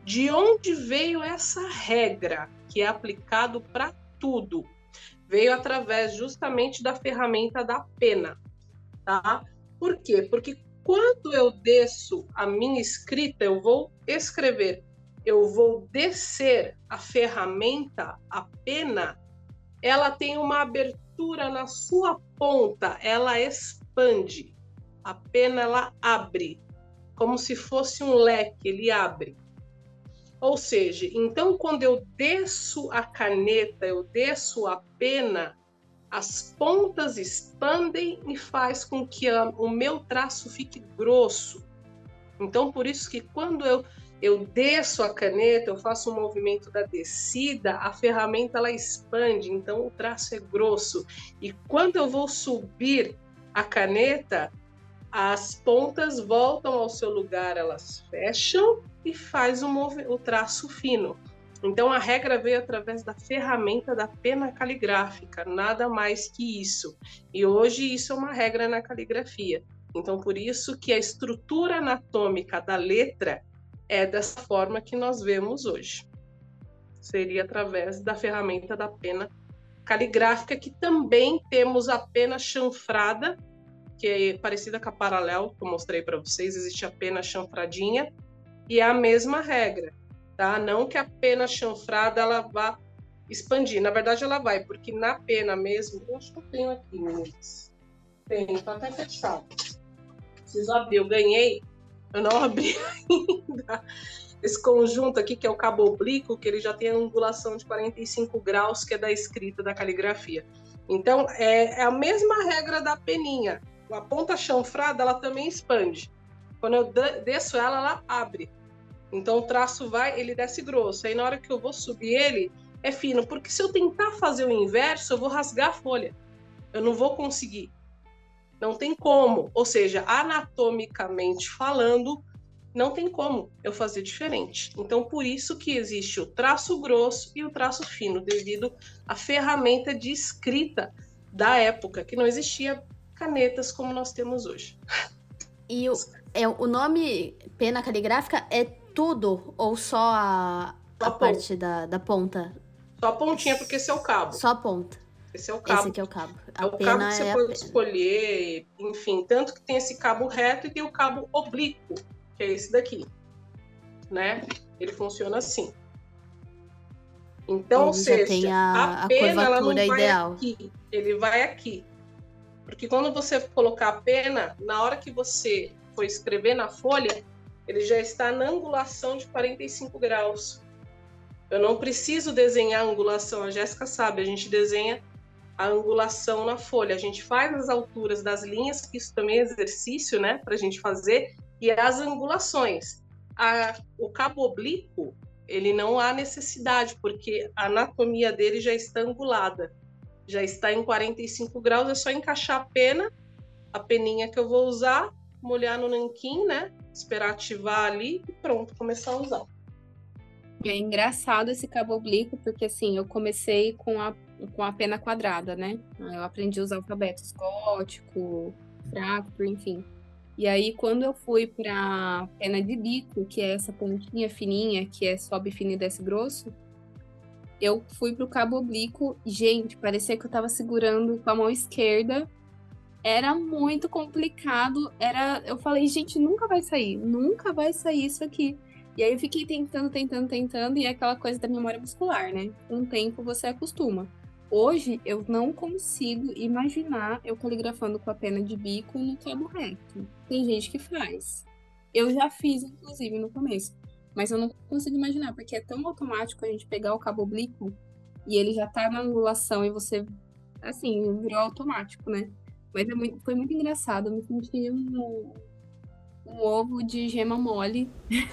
De onde veio essa regra que é aplicado para tudo? Veio através justamente da ferramenta da pena, tá? Por quê? Porque quando eu desço a minha escrita, eu vou escrever, eu vou descer a ferramenta, a pena, ela tem uma abertura na sua ponta, ela expande. A pena, ela abre, como se fosse um leque, ele abre. Ou seja, então quando eu desço a caneta, eu desço a pena, as pontas expandem e faz com que o meu traço fique grosso. Então, por isso que quando eu desço a caneta, eu faço um movimento da descida, a ferramenta ela expande, então o traço é grosso. E quando eu vou subir a caneta, as pontas voltam ao seu lugar, elas fecham e faz o traço fino. Então, a regra veio através da ferramenta da pena caligráfica, nada mais que isso. E hoje isso é uma regra na caligrafia. Então, por isso que a estrutura anatômica da letra é dessa forma que nós vemos hoje. Seria através da ferramenta da pena caligráfica, que também temos a pena chanfrada, que é parecida com a paralelo, que eu mostrei para vocês, existe a pena chanfradinha, e é a mesma regra, tá? Não que a pena chanfrada ela vá expandir, na verdade ela vai, porque na pena mesmo, eu acho que eu tenho aqui, meninas. Tem, tá até fechado. Preciso abrir, eu ganhei, eu não abri ainda. Esse conjunto aqui, que é o cabo oblíquo, que ele já tem a angulação de 45 graus, que é da escrita da caligrafia. Então, é a mesma regra da peninha. A ponta chanfrada, ela também expande. Quando eu desço ela, ela abre. Então, o traço ele desce grosso. Aí, na hora que eu vou subir ele, é fino. Porque se eu tentar fazer o inverso, eu vou rasgar a folha. Eu não vou conseguir. Não tem como. Ou seja, anatomicamente falando, não tem como eu fazer diferente. Então, por isso que existe o traço grosso e o traço fino, devido à ferramenta de escrita da época, que não existia canetas como nós temos hoje. E o nome pena caligráfica é tudo ou só a parte da ponta? Só a pontinha, porque esse é o cabo. Só a ponta. Esse é o cabo. Esse aqui é o cabo. É o cabo que você pode escolher, enfim, tanto que tem esse cabo reto e tem o cabo oblíquo, que é esse daqui, né? Ele funciona assim. Então, ou seja, tem a pena ela não vai ideal. aqui, ele vai aqui. Porque quando você colocar a pena, na hora que você for escrever na folha, ele já está na angulação de 45 graus. Eu não preciso desenhar a angulação, a Jéssica sabe, a gente desenha a angulação na folha. A gente faz as alturas das linhas, que isso também é exercício, né, para a gente fazer, e as angulações. O cabo oblíquo, ele não há necessidade, porque a anatomia dele já está angulada, já está em 45 graus, é só encaixar a peninha que eu vou usar, molhar no nanquim, né, esperar ativar ali e pronto, começar a usar. É engraçado esse cabo oblíquo, porque assim, eu comecei com a pena quadrada, né? Eu aprendi a usar alfabetos gótico, fracto, enfim. E aí, quando eu fui para pena de bico, que é essa pontinha fininha, que é sobe fino e desce grosso, eu fui pro cabo oblíquo. Gente, parecia que eu tava segurando com a mão esquerda. Era muito complicado. Eu falei, gente, nunca vai sair isso aqui. E aí eu fiquei tentando, e é aquela coisa da memória muscular, né? Com o tempo você acostuma. Hoje, eu não consigo imaginar eu caligrafando com a pena de bico no cabo reto. Tem gente que faz. Eu já fiz, inclusive, no começo. Mas eu não consigo imaginar, porque é tão automático a gente pegar o cabo oblíquo e ele já tá na angulação e você, assim, virou automático, né? Mas foi muito engraçado. Eu me senti um ovo de gema mole.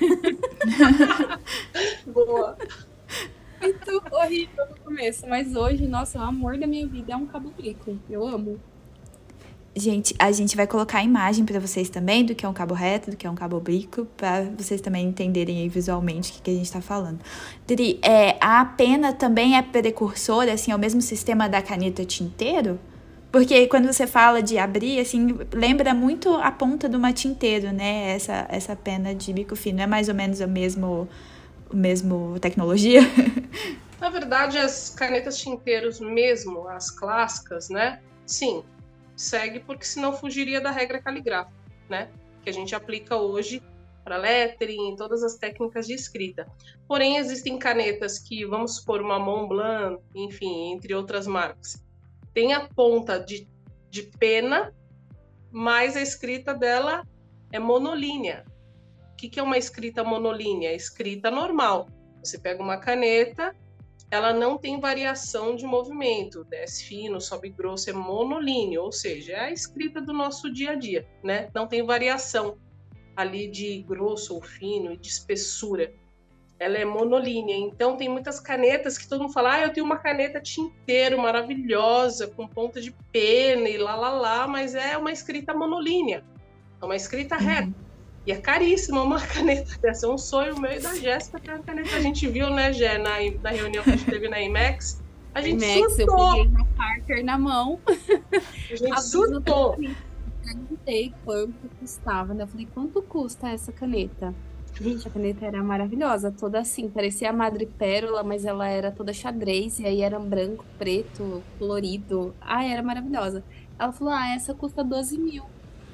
Boa. Muito horrível no começo, mas hoje, nossa, o amor da minha vida é um cabo oblíquo. Eu amo. Gente, a gente vai colocar a imagem para vocês também do que é um cabo reto, do que é um cabo oblíquo, para vocês também entenderem aí visualmente o que a gente tá falando. Dri, a pena também é precursora, assim, é o mesmo sistema da caneta tinteiro? Porque quando você fala de abrir, assim, lembra muito a ponta de uma tinteiro, né? Essa pena de bico fino. É mais ou menos mesmo tecnologia? Na verdade, as canetas tinteiros mesmo, as clássicas, né? Sim, segue porque senão fugiria da regra caligráfica, né? Que a gente aplica hoje para lettering, todas as técnicas de escrita. Porém, existem canetas que, vamos supor, uma Montblanc, enfim, entre outras marcas, tem a ponta de pena, mas a escrita dela é monolínea. O que é uma escrita monolínea? É escrita normal. Você pega uma caneta, ela não tem variação de movimento, desce fino, sobe grosso, é monolíneo, ou seja, é a escrita do nosso dia a dia, né? Não tem variação ali de grosso ou fino e de espessura. Ela é monolínea, então tem muitas canetas que todo mundo fala, eu tenho uma caneta tinteiro maravilhosa, com ponta de pena e lá, mas é uma escrita monolínea, é uma escrita reta. E é caríssima uma caneta dessa. É um sonho meu e da Jéssica ter uma caneta. A gente viu, né, Jé, na reunião que a gente teve na IMAX. A gente surtou. Eu peguei uma Parker na mão. A gente surtou. Eu perguntei quanto custava, né? Eu falei, quanto custa essa caneta? Gente, a caneta era maravilhosa. Toda assim, parecia a madrepérola, mas ela era toda xadrez. E aí era branco, preto, colorido. Era maravilhosa. Ela falou, essa custa 12 mil.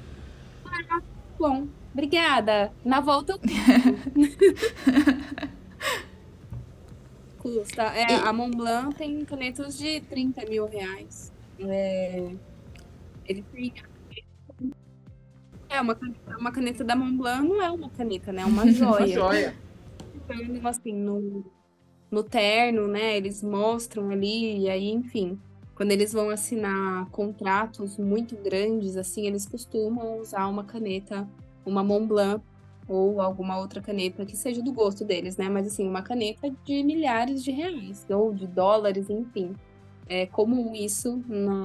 Bom. Obrigada. Na volta eu custa. A Montblanc tem canetas de 30 mil reais. Ele tem uma caneta da Montblanc, não é uma caneta, né? É uma joia. Uma joia. Então, assim, no terno, né? Eles mostram ali, e aí, enfim. Quando eles vão assinar contratos muito grandes, assim, eles costumam usar uma caneta, uma Montblanc ou alguma outra caneta que seja do gosto deles, né? Mas, assim, uma caneta de milhares de reais ou de dólares, enfim. É comum isso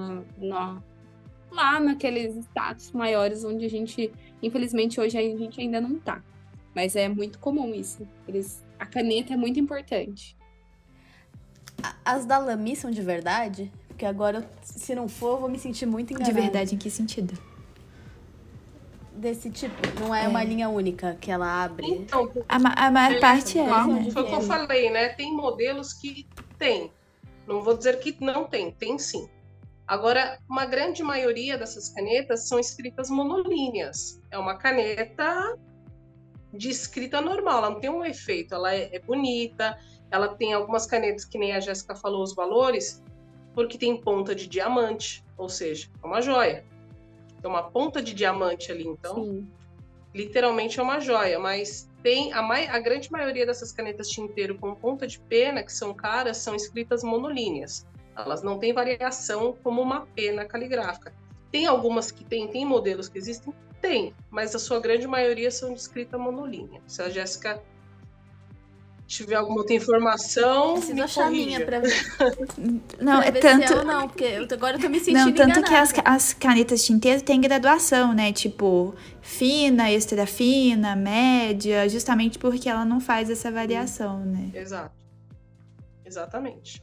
lá naqueles status maiores onde a gente, infelizmente, hoje a gente ainda não tá. Mas é muito comum isso. A caneta é muito importante. As da Lamy são de verdade? Porque agora, se não for, eu vou me sentir muito enganada. De verdade, em que sentido? Desse tipo, não é uma linha única que ela abre. Então, a maior parte é, né? Foi o que eu falei, né? Tem modelos que tem. Não vou dizer que não tem sim. Agora, uma grande maioria dessas canetas são escritas monolíneas. É uma caneta de escrita normal, ela não tem um efeito, ela é bonita, ela tem algumas canetas, que nem a Jéssica falou os valores, porque tem ponta de diamante, ou seja, é uma joia. Tem uma ponta de diamante ali, então, sim, literalmente é uma joia, mas tem a grande maioria dessas canetas tinteiro com ponta de pena, que são caras, são escritas monolíneas. Elas não têm variação como uma pena caligráfica. Tem algumas que tem modelos que existem? Tem, mas a sua grande maioria são de escrita monolínea. Se a Jéssica tiver alguma outra informação, preciso achar a minha pra ver. Não, pra é ver tanto. Se não, porque agora eu tô me sentindo não, tanto enganada. Que as canetas tinteiras têm graduação, né? Tipo, fina, extra fina, média, justamente porque ela não faz essa variação, né? Exato. Exatamente.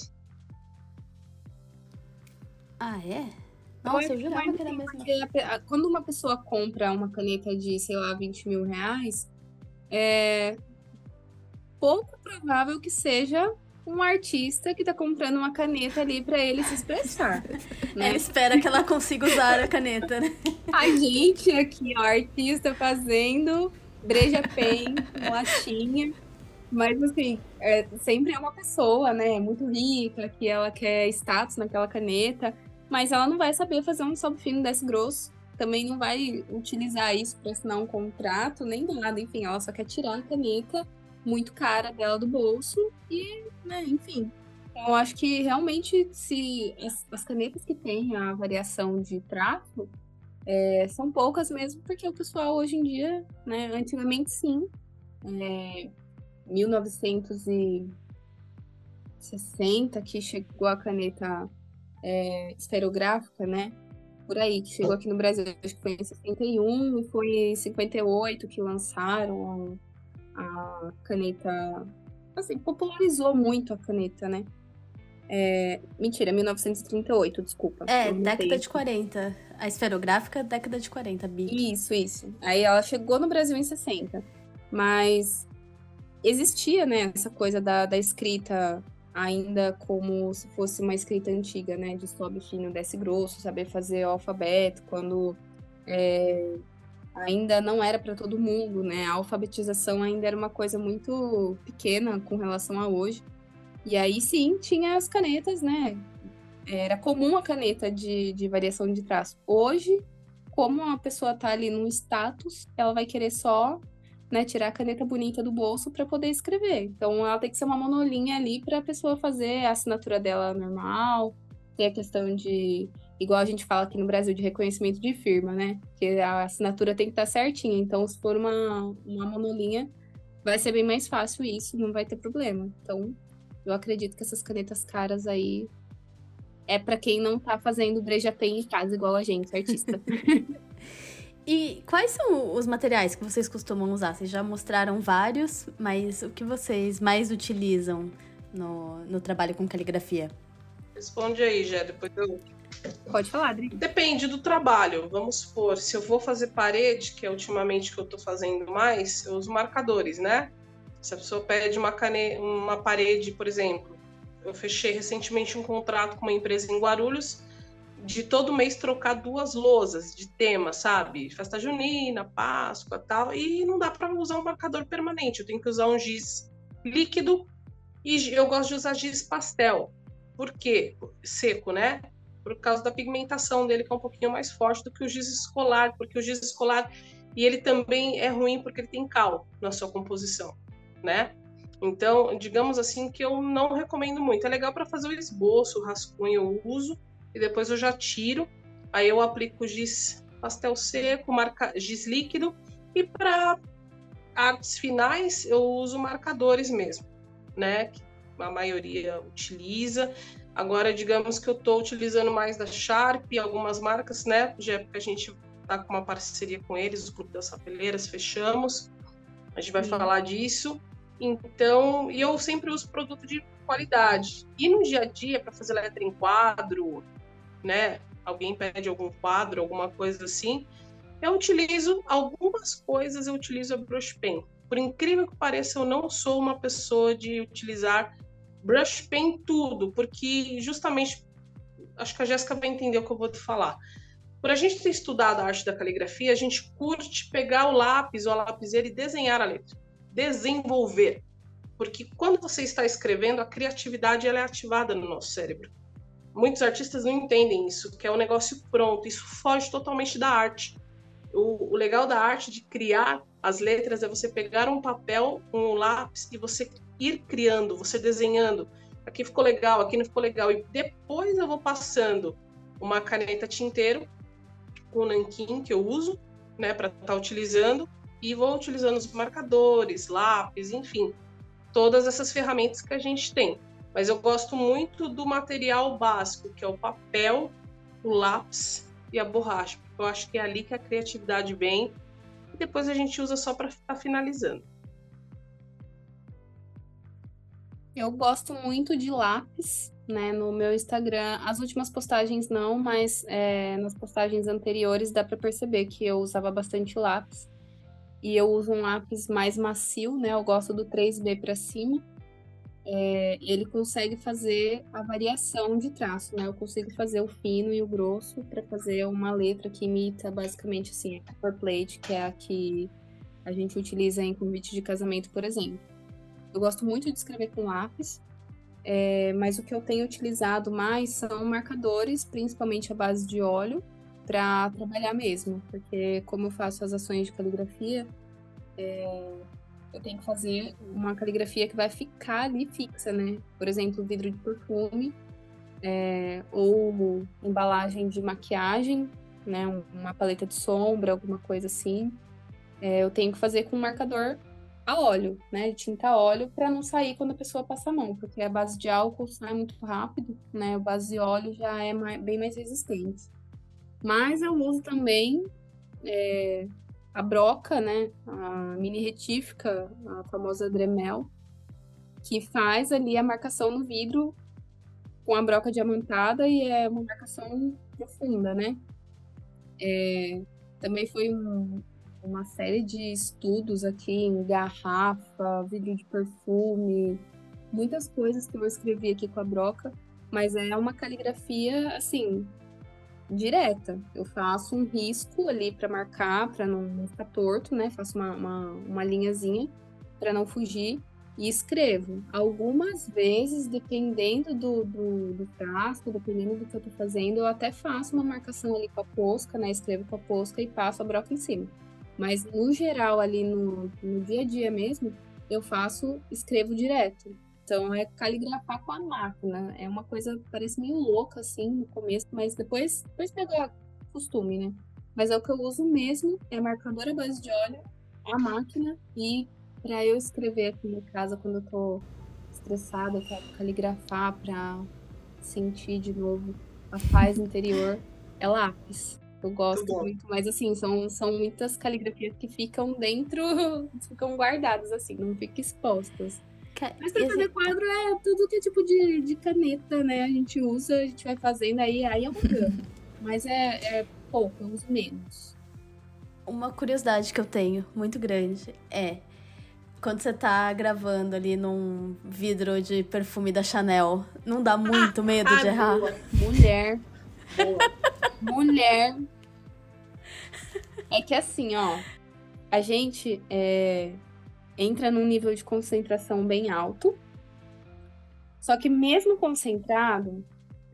É? Nossa, eu jurava que era mesmo. Quando uma pessoa compra uma caneta de, sei lá, 20 mil reais, é pouco provável que seja um artista que tá comprando uma caneta ali pra ele se expressar. Né? Ele espera que ela consiga usar a caneta, né? A gente aqui, ó, artista fazendo breja pen, latinha. Mas, assim, sempre é uma pessoa, né, muito rica, que ela quer status naquela caneta, mas ela não vai saber fazer um sob fino desse grosso. Também não vai utilizar isso para assinar um contrato, nem nada. Enfim, ela só quer tirar a caneta muito cara dela do bolso e, né, enfim. Então, eu acho que realmente se as canetas que têm a variação de traço são poucas mesmo, porque o pessoal hoje em dia, né, antigamente sim, 1960 que chegou a caneta esferográfica, né? Por aí, que chegou aqui no Brasil, acho que foi em 61 e foi em 58 que lançaram a caneta, assim, popularizou muito a caneta, né? Mentira, 1938, desculpa. Década de 40. A esferográfica, década de 40, Bic. Isso. Aí ela chegou no Brasil em 60, mas existia, né, essa coisa da escrita ainda como se fosse uma escrita antiga, né, de sobe fino, desce grosso, saber fazer o alfabeto, quando ainda não era para todo mundo, né, a alfabetização ainda era uma coisa muito pequena com relação a hoje. E aí sim, tinha as canetas, né, era comum a caneta de variação de traço. Hoje, como a pessoa tá ali no status, ela vai querer só, né, tirar a caneta bonita do bolso para poder escrever. Então, ela tem que ser uma monolinha ali para a pessoa fazer a assinatura dela normal. Tem a questão de, igual a gente fala aqui no Brasil, de reconhecimento de firma, né? Que a assinatura tem que estar certinha. Então, se for uma monolinha, vai ser bem mais fácil isso, não vai ter problema. Então, eu acredito que essas canetas caras aí é para quem não tá fazendo breja pen em casa igual a gente, artista. E quais são os materiais que vocês costumam usar? Vocês já mostraram vários, mas o que vocês mais utilizam no trabalho com caligrafia? Responde aí, Jé, depois eu... Pode falar, Adri. Depende do trabalho. Vamos supor, se eu vou fazer parede, que é ultimamente que eu tô fazendo mais, eu uso marcadores, né? Se a pessoa pede uma parede, por exemplo, eu fechei recentemente um contrato com uma empresa em Guarulhos de todo mês trocar 2 lousas de tema, sabe? Festa junina, Páscoa, tal, e não dá para usar um marcador permanente, eu tenho que usar um giz líquido e eu gosto de usar giz pastel. Por quê? Seco, né? Por causa da pigmentação dele, que é um pouquinho mais forte do que o giz escolar, porque o giz escolar, e ele também é ruim porque ele tem cal na sua composição, né? Então, digamos assim que eu não recomendo muito. É legal para fazer o esboço, o rascunho eu uso, e depois eu já tiro. Aí eu aplico giz pastel seco, giz líquido, e para artes finais eu uso marcadores mesmo, né? Que a maioria utiliza. Agora, digamos que eu estou utilizando mais da Sharp, algumas marcas, né? Já porque a gente está com uma parceria com eles, o Clube das Sapeleiras, fechamos. A gente vai falar disso. Então, e eu sempre uso produto de qualidade. E no dia a dia, para fazer letra em quadro, né? Alguém pede algum quadro, alguma coisa assim, eu utilizo algumas coisas, eu utilizo a brush pen. Por incrível que pareça, eu não sou uma pessoa de utilizar brush pen tudo, porque justamente, acho que a Jéssica vai entender o que eu vou te falar. Por a gente ter estudado a arte da caligrafia, a gente curte pegar o lápis ou a lapiseira e desenhar a letra, desenvolver. Porque quando você está escrevendo, a criatividade ela é ativada no nosso cérebro. Muitos artistas não entendem isso, que é um negócio pronto, isso foge totalmente da arte. O legal da arte de criar as letras é você pegar um papel, um lápis e você ir criando, você desenhando. Aqui ficou legal, aqui não ficou legal. E depois eu vou passando uma caneta tinteiro com nanquim que eu uso, né, para estar utilizando, e vou utilizando os marcadores, lápis, enfim, todas essas ferramentas que a gente tem. Mas eu gosto muito do material básico, que é o papel, o lápis e a borracha. Eu acho que é ali que a criatividade vem e depois a gente usa só para estar finalizando. Eu gosto muito de lápis, né, no meu Instagram. As últimas postagens não, mas nas postagens anteriores dá para perceber que eu usava bastante lápis. E eu uso um lápis mais macio, né? Eu gosto do 3B para cima. Ele consegue fazer a variação de traço, né? Eu consigo fazer o fino e o grosso para fazer uma letra que imita basicamente assim a copper plate, que é a que a gente utiliza em convite de casamento, por exemplo. Eu gosto muito de escrever com lápis, mas o que eu tenho utilizado mais são marcadores, principalmente à base de óleo, para trabalhar mesmo, porque como eu faço as ações de caligrafia, eu tenho que fazer uma caligrafia que vai ficar ali fixa, né? Por exemplo, vidro de perfume, ou embalagem de maquiagem, né? Uma paleta de sombra, alguma coisa assim. Eu tenho que fazer com marcador a óleo, né? De tinta a óleo, para não sair quando a pessoa passa a mão, porque a base de álcool sai muito rápido, né? A base de óleo já é bem mais resistente. Mas eu uso também a broca, né? A mini retífica, a famosa Dremel, que faz ali a marcação no vidro com a broca diamantada e é uma marcação profunda, né? Também foi uma série de estudos aqui em garrafa, vidro de perfume, muitas coisas que eu escrevi aqui com a broca, mas é uma caligrafia, assim, direta. Eu faço um risco ali para marcar, para não ficar torto, né? Faço uma linhazinha para não fugir e escrevo. Algumas vezes, dependendo do frasco, dependendo do que eu tô fazendo, eu até faço uma marcação ali com a posca, né? Escrevo com a posca e passo a broca em cima. Mas, no geral, ali no dia a dia mesmo, eu escrevo direto. Então, é caligrafar com a máquina. É uma coisa, parece meio louca, assim, no começo, mas depois pega costume, né? Mas é o que eu uso mesmo, é marcador à base de óleo, a máquina, e para eu escrever aqui em casa, quando eu tô estressada, eu quero caligrafar para sentir de novo a paz interior, é lápis. Eu gosto muito, mas assim, são muitas caligrafias que ficam dentro, ficam guardadas, assim, não ficam expostas. Mas pra fazer quadro é tudo que é tipo de caneta, né? A gente usa, a gente vai fazendo, aí é uma gama. Mas é pouco, eu uso menos. Uma curiosidade que eu tenho, muito grande, é... Quando você tá gravando ali num vidro de perfume da Chanel, não dá muito medo de errar? Boa. Mulher. É que assim, ó, a gente entra num nível de concentração bem alto, só que mesmo concentrado,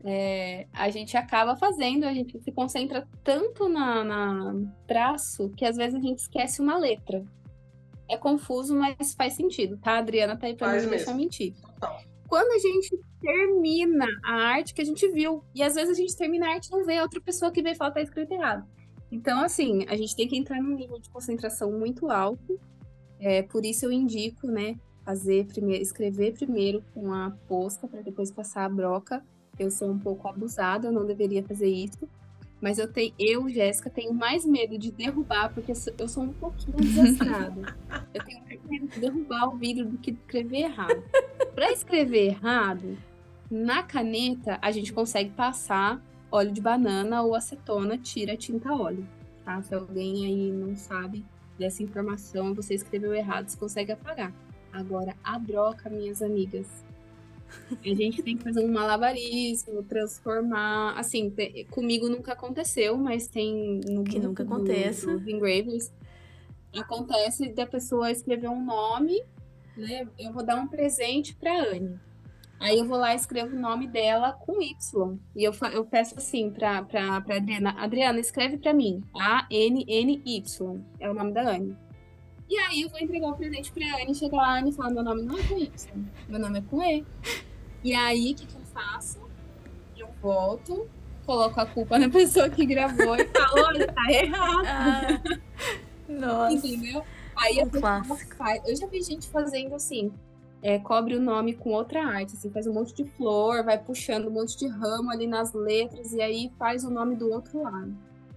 a gente acaba fazendo, a gente se concentra tanto no traço que às vezes a gente esquece uma letra. É confuso, mas faz sentido, tá? A Adriana tá aí pra não me deixar mentir. Quando a gente termina a arte que a gente viu, e às vezes a gente termina a arte e não vê a outra pessoa que veio falar que tá escrito errado. Então, assim, a gente tem que entrar num nível de concentração muito alto. Por isso eu indico, né, escrever primeiro com a posca para depois passar a broca. Eu sou um pouco abusada, eu não deveria fazer isso. Mas eu, Jéssica, tenho mais medo de derrubar, porque eu sou um pouquinho desastrada. Eu tenho mais medo de derrubar o vidro do que de escrever errado. Para escrever errado, na caneta, a gente consegue passar óleo de banana ou acetona, tira a tinta óleo. Tá? Se alguém aí não sabe dessa informação, você escreveu errado, você consegue apagar. Agora, a broca, minhas amigas, a gente tem que fazer um malabarismo, transformar. Assim, comigo nunca aconteceu, mas tem no que nunca aconteça. Dos engravers. Acontece da pessoa escrever um nome, né? Eu vou dar um presente pra Anne. Aí eu vou lá e escrevo o nome dela com Y. E eu peço assim pra Adriana. Adriana, escreve pra mim. A-N-N-Y. É o nome da Anne. E aí eu vou entregar o presente pra Anne, chegar lá, a Anne fala, meu nome não é com Y, meu nome é com E. E aí, o que eu faço? Eu volto, coloco a culpa na pessoa que gravou e falo, olha, tá errado. Nossa. Entendeu? Aí eu já vi gente fazendo assim, cobre o nome com outra arte, assim, faz um monte de flor, vai puxando um monte de ramo ali nas letras e aí faz o nome do outro lado.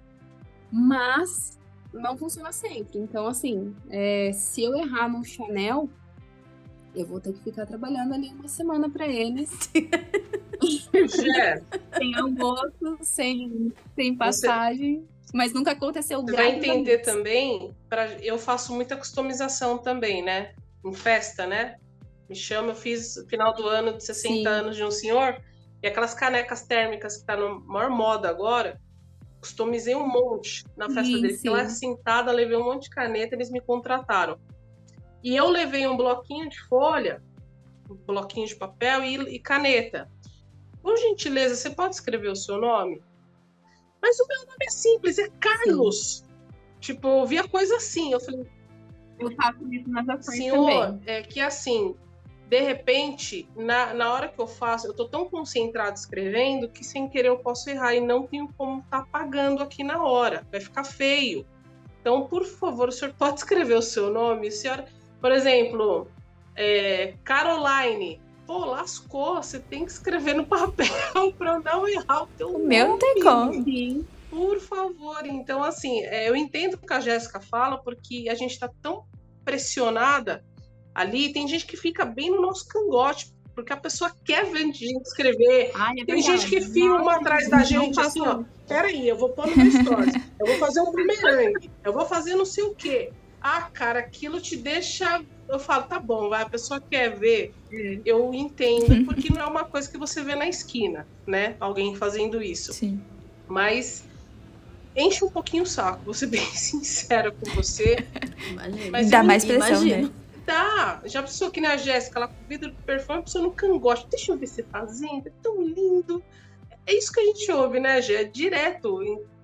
Mas não funciona sempre. Então, assim, se eu errar no Chanel, eu vou ter que ficar trabalhando ali uma semana para eles. Sem almoço, sem passagem. Mas nunca aconteceu. Você vai entender também, eu faço muita customização também, né? Em festa, né? Me chama, eu fiz no final do ano de 60 anos de um senhor, e aquelas canecas térmicas que tá na maior moda agora, customizei um monte na festa dele. Fiquei lá sentada, levei um monte de caneta, eles me contrataram. E eu levei um bloquinho de folha, um bloquinho de papel e caneta. Por gentileza, você pode escrever o seu nome? Mas o meu nome é simples, é Carlos. Sim. Tipo, eu vi a coisa assim, eu falei... Eu faço isso nas ações senhor, também. É que assim, de repente, na hora que eu faço, eu tô tão concentrado escrevendo que sem querer eu posso errar e não tenho como estar apagando aqui na hora. Vai ficar feio. Então, por favor, o senhor pode escrever o seu nome? Senhora, por exemplo, Caroline. Pô, lascou, você tem que escrever no papel para eu não errar o teu nome. O meu não tem como. Sim. Por favor. Então, assim, eu entendo o que a Jéssica fala, porque a gente está tão pressionada ali, tem gente que fica bem no nosso cangote, porque a pessoa quer ver gente escrever. Ai, é Tem verdade. gente que filma atrás da Não gente, assim, ó, faço. peraí, eu vou pôr no meu stories, eu vou fazer um bumerangue, eu vou fazer não sei o quê. Ah, cara, aquilo te deixa... Eu falo, tá bom, vai, a pessoa quer ver, eu entendo, porque não é uma coisa que você vê na esquina, né? Alguém fazendo isso. Sim. Mas enche um pouquinho o saco, vou ser bem sincera com você. Imagina. Mas Dá eu mais pressão, imagino. né? Tá, já pensou que nem a Jéssica, ela com o vidro de perfume, a pessoa no cangote, deixa eu ver você fazendo, é tão lindo. É isso que a gente ouve, né, Gé? Direto.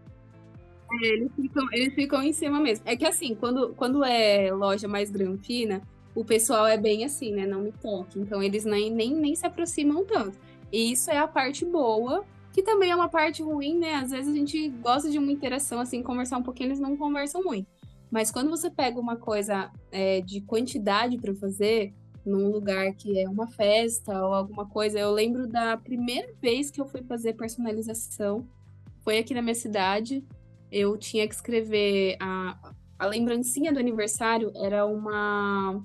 Eles ficam em cima mesmo. É que assim, quando é loja mais granfina, o pessoal é bem assim, né? Não me toque. Então eles nem se aproximam tanto. E isso é a parte boa, que também é uma parte ruim, né? Às vezes a gente gosta de uma interação, assim, conversar um pouquinho, eles não conversam muito. Mas quando você pega uma coisa de quantidade para fazer, num lugar que é uma festa ou alguma coisa, eu lembro da primeira vez que eu fui fazer personalização, foi aqui na minha cidade. Eu tinha que escrever a lembrancinha do aniversário, era um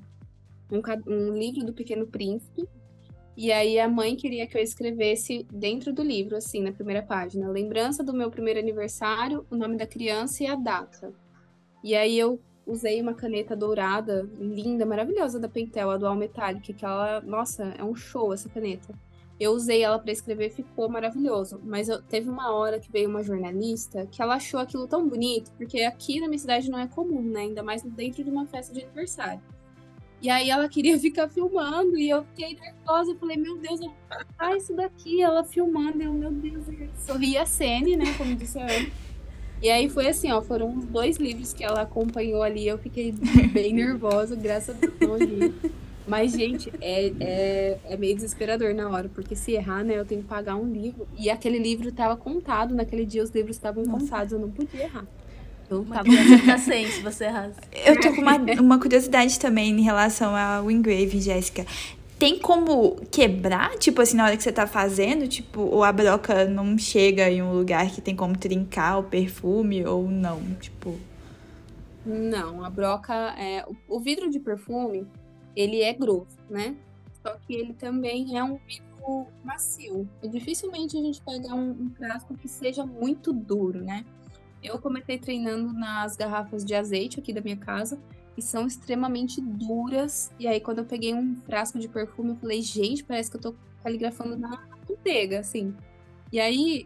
livro do Pequeno Príncipe. E aí a mãe queria que eu escrevesse dentro do livro, assim, na primeira página, lembrança do meu primeiro aniversário, o nome da criança e a data. E aí eu usei uma caneta dourada, linda, maravilhosa, da Pentel, a Dual Metallic, que ela, nossa, é um show essa caneta. Eu usei ela para escrever, ficou maravilhoso. Mas teve uma hora que veio uma jornalista que ela achou aquilo tão bonito, porque aqui na minha cidade não é comum, né? Ainda mais dentro de uma festa de aniversário. E aí ela queria ficar filmando e eu fiquei nervosa. Eu falei, meu Deus, eu vou botar isso daqui. Ela filmando, eu, meu Deus, eu sorri a Sene, né? Como disse a Ana. E aí foi assim, ó, foram os 2 livros que ela acompanhou ali. Eu fiquei bem nervosa, graças a Deus não ri. Mas, gente, é meio desesperador na hora, porque se errar, né, eu tenho que pagar um livro. E aquele livro estava contado, naquele dia os livros estavam contados, eu não podia errar. Eu Uma tava... criança fica sem se você errasse. Eu tô com uma curiosidade também em relação ao engraving, Jéssica. Tem como quebrar, tipo assim, na hora que você tá fazendo, tipo, ou a broca não chega em um lugar que tem como trincar o perfume, ou não, tipo... Não, a broca, o vidro de perfume, ele é grosso, né? Só que ele também é um vidro macio. E dificilmente a gente pega um frasco que seja muito duro, né? Eu comecei treinando nas garrafas de azeite aqui da minha casa e são extremamente duras. E aí, quando eu peguei um frasco de perfume, eu falei, gente, parece que eu tô caligrafando na manteiga, assim. E aí,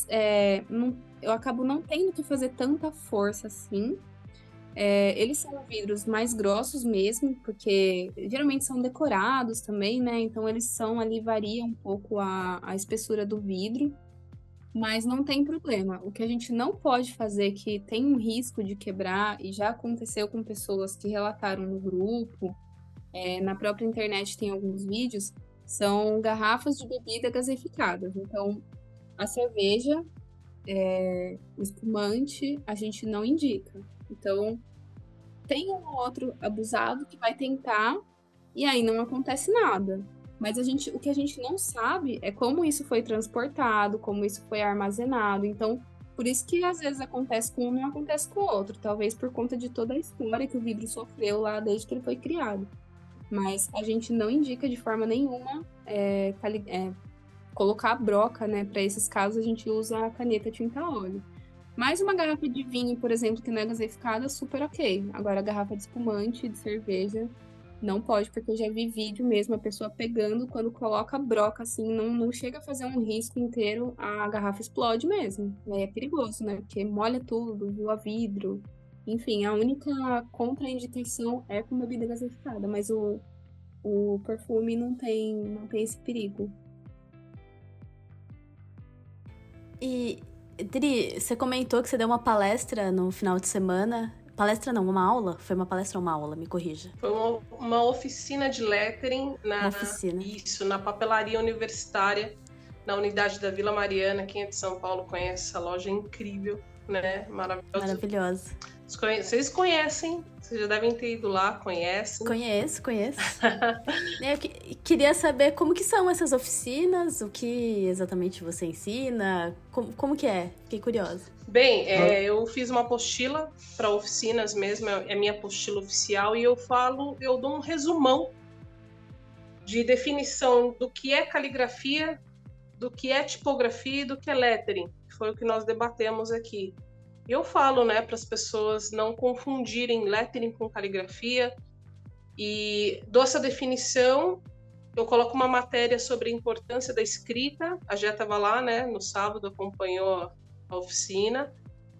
eu acabo não tendo que fazer tanta força assim. Eles são vidros mais grossos mesmo, porque geralmente são decorados também, né? Então, eles são ali, varia um pouco a espessura do vidro. Mas não tem problema. O que a gente não pode fazer, que tem um risco de quebrar, e já aconteceu com pessoas que relataram no grupo, na própria internet tem alguns vídeos, são garrafas de bebida gaseificadas. Então, a cerveja, o espumante, a gente não indica. Então, tem um ou outro abusado que vai tentar, e aí não acontece nada. Mas o que a gente não sabe é como isso foi transportado, como isso foi armazenado. Então, por isso que às vezes acontece com um e não acontece com o outro. Talvez por conta de toda a história que o vidro sofreu lá desde que ele foi criado. Mas a gente não indica de forma nenhuma colocar a broca, né? Para esses casos, a gente usa a caneta tinta óleo. Mas uma garrafa de vinho, por exemplo, que não é gaseificada, super ok. Agora, a garrafa de espumante, de cerveja... Não pode, porque eu já vi vídeo mesmo, a pessoa pegando, quando coloca a broca, assim, não chega a fazer um risco inteiro, a garrafa explode mesmo. É perigoso, né? Porque molha tudo, voa vidro. Enfim, a única contraindicação é com bebida gaseificada, mas o perfume não tem esse perigo. E, Dri, você comentou que você deu uma palestra no final de semana. Palestra não, uma aula? Foi uma palestra ou uma aula? Me corrija. Foi uma oficina de lettering na papelaria universitária, na unidade da Vila Mariana. Quem é de São Paulo conhece essa loja, é incrível, né? Maravilhosa. Vocês conhecem, vocês já devem ter ido lá, conhecem. Conheço. Eu queria saber como que são essas oficinas, o que exatamente você ensina, como que é? Fiquei curiosa. Bem, eu fiz uma apostila para oficinas mesmo, é minha apostila oficial, e eu dou um resumão de definição do que é caligrafia, do que é tipografia e do que é lettering, que foi o que nós debatemos aqui. E eu falo, né, para as pessoas não confundirem lettering com caligrafia, e dou essa definição. Eu coloco uma matéria sobre a importância da escrita. A Jé estava lá, né, no sábado, acompanhou a oficina.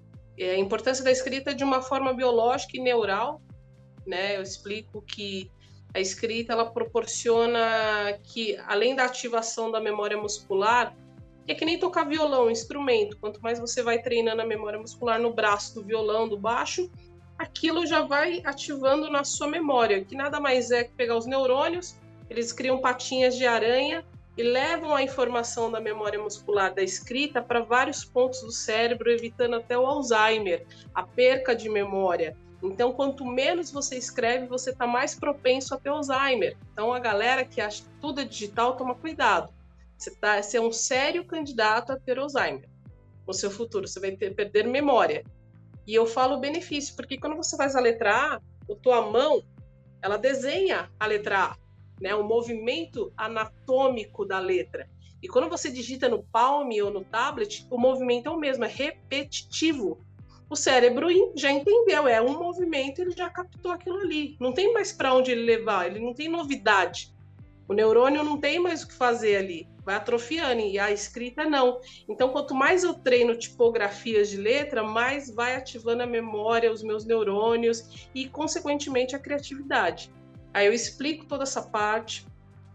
A importância da escrita de uma forma biológica e neural, né? Eu explico que a escrita ela proporciona que, além da ativação da memória muscular, é que nem tocar violão, instrumento. Quanto mais você vai treinando a memória muscular no braço do violão, do baixo, aquilo já vai ativando na sua memória, que nada mais é que pegar os neurônios, eles criam patinhas de aranha e levam a informação da memória muscular da escrita para vários pontos do cérebro, evitando até o Alzheimer, a perca de memória. Então, quanto menos você escreve, você está mais propenso a ter Alzheimer. Então, a galera que acha que tudo é digital, toma cuidado. Você é um sério candidato a ter Alzheimer no seu futuro. Você vai perder memória. E eu falo benefício, porque quando você faz a letra A, a tua mão, ela desenha a letra A, né? O movimento anatômico da letra. E quando você digita no Palm ou no tablet, o movimento é o mesmo, é repetitivo. O cérebro já entendeu, é um movimento, ele já captou aquilo ali. Não tem mais para onde ele levar, ele não tem novidade. O neurônio não tem mais o que fazer ali, vai atrofiando, e a escrita não. Então, quanto mais eu treino tipografias de letra, mais vai ativando a memória, os meus neurônios e, consequentemente, a criatividade. Aí eu explico toda essa parte,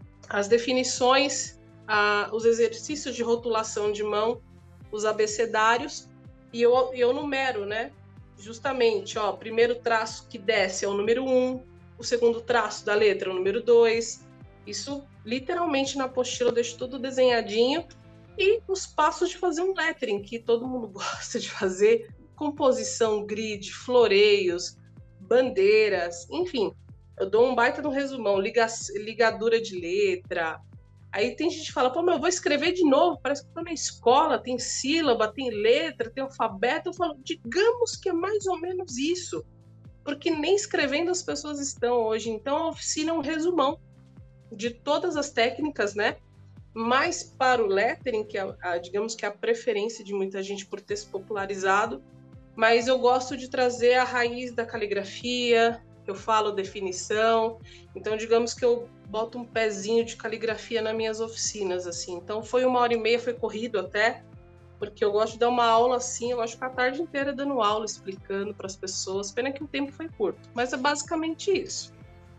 as definições, os exercícios de rotulação de mão, os abecedários, e eu numero, né? Justamente, ó, o primeiro traço que desce é o número 1, o segundo traço da letra é o número 2. Isso, literalmente, na apostila eu deixo tudo desenhadinho. E os passos de fazer um lettering, que todo mundo gosta de fazer. Composição, grid, floreios, bandeiras, enfim. Eu dou um baita no resumão, ligadura de letra. Aí tem gente que fala, pô, mas eu vou escrever de novo, parece que eu tô na escola, tem sílaba, tem letra, tem alfabeto. Eu falo, digamos que é mais ou menos isso. Porque nem escrevendo as pessoas estão hoje. Então, a oficina é um resumão de todas as técnicas, né? Mais para o lettering, que digamos que é a preferência de muita gente por ter se popularizado, mas eu gosto de trazer a raiz da caligrafia, eu falo definição, então digamos que eu boto um pezinho de caligrafia nas minhas oficinas, assim. Então foi 1h30, foi corrido até, porque eu gosto de dar uma aula assim, eu gosto de ficar a tarde inteira dando aula, explicando para as pessoas, pena que o tempo foi curto, mas é basicamente isso.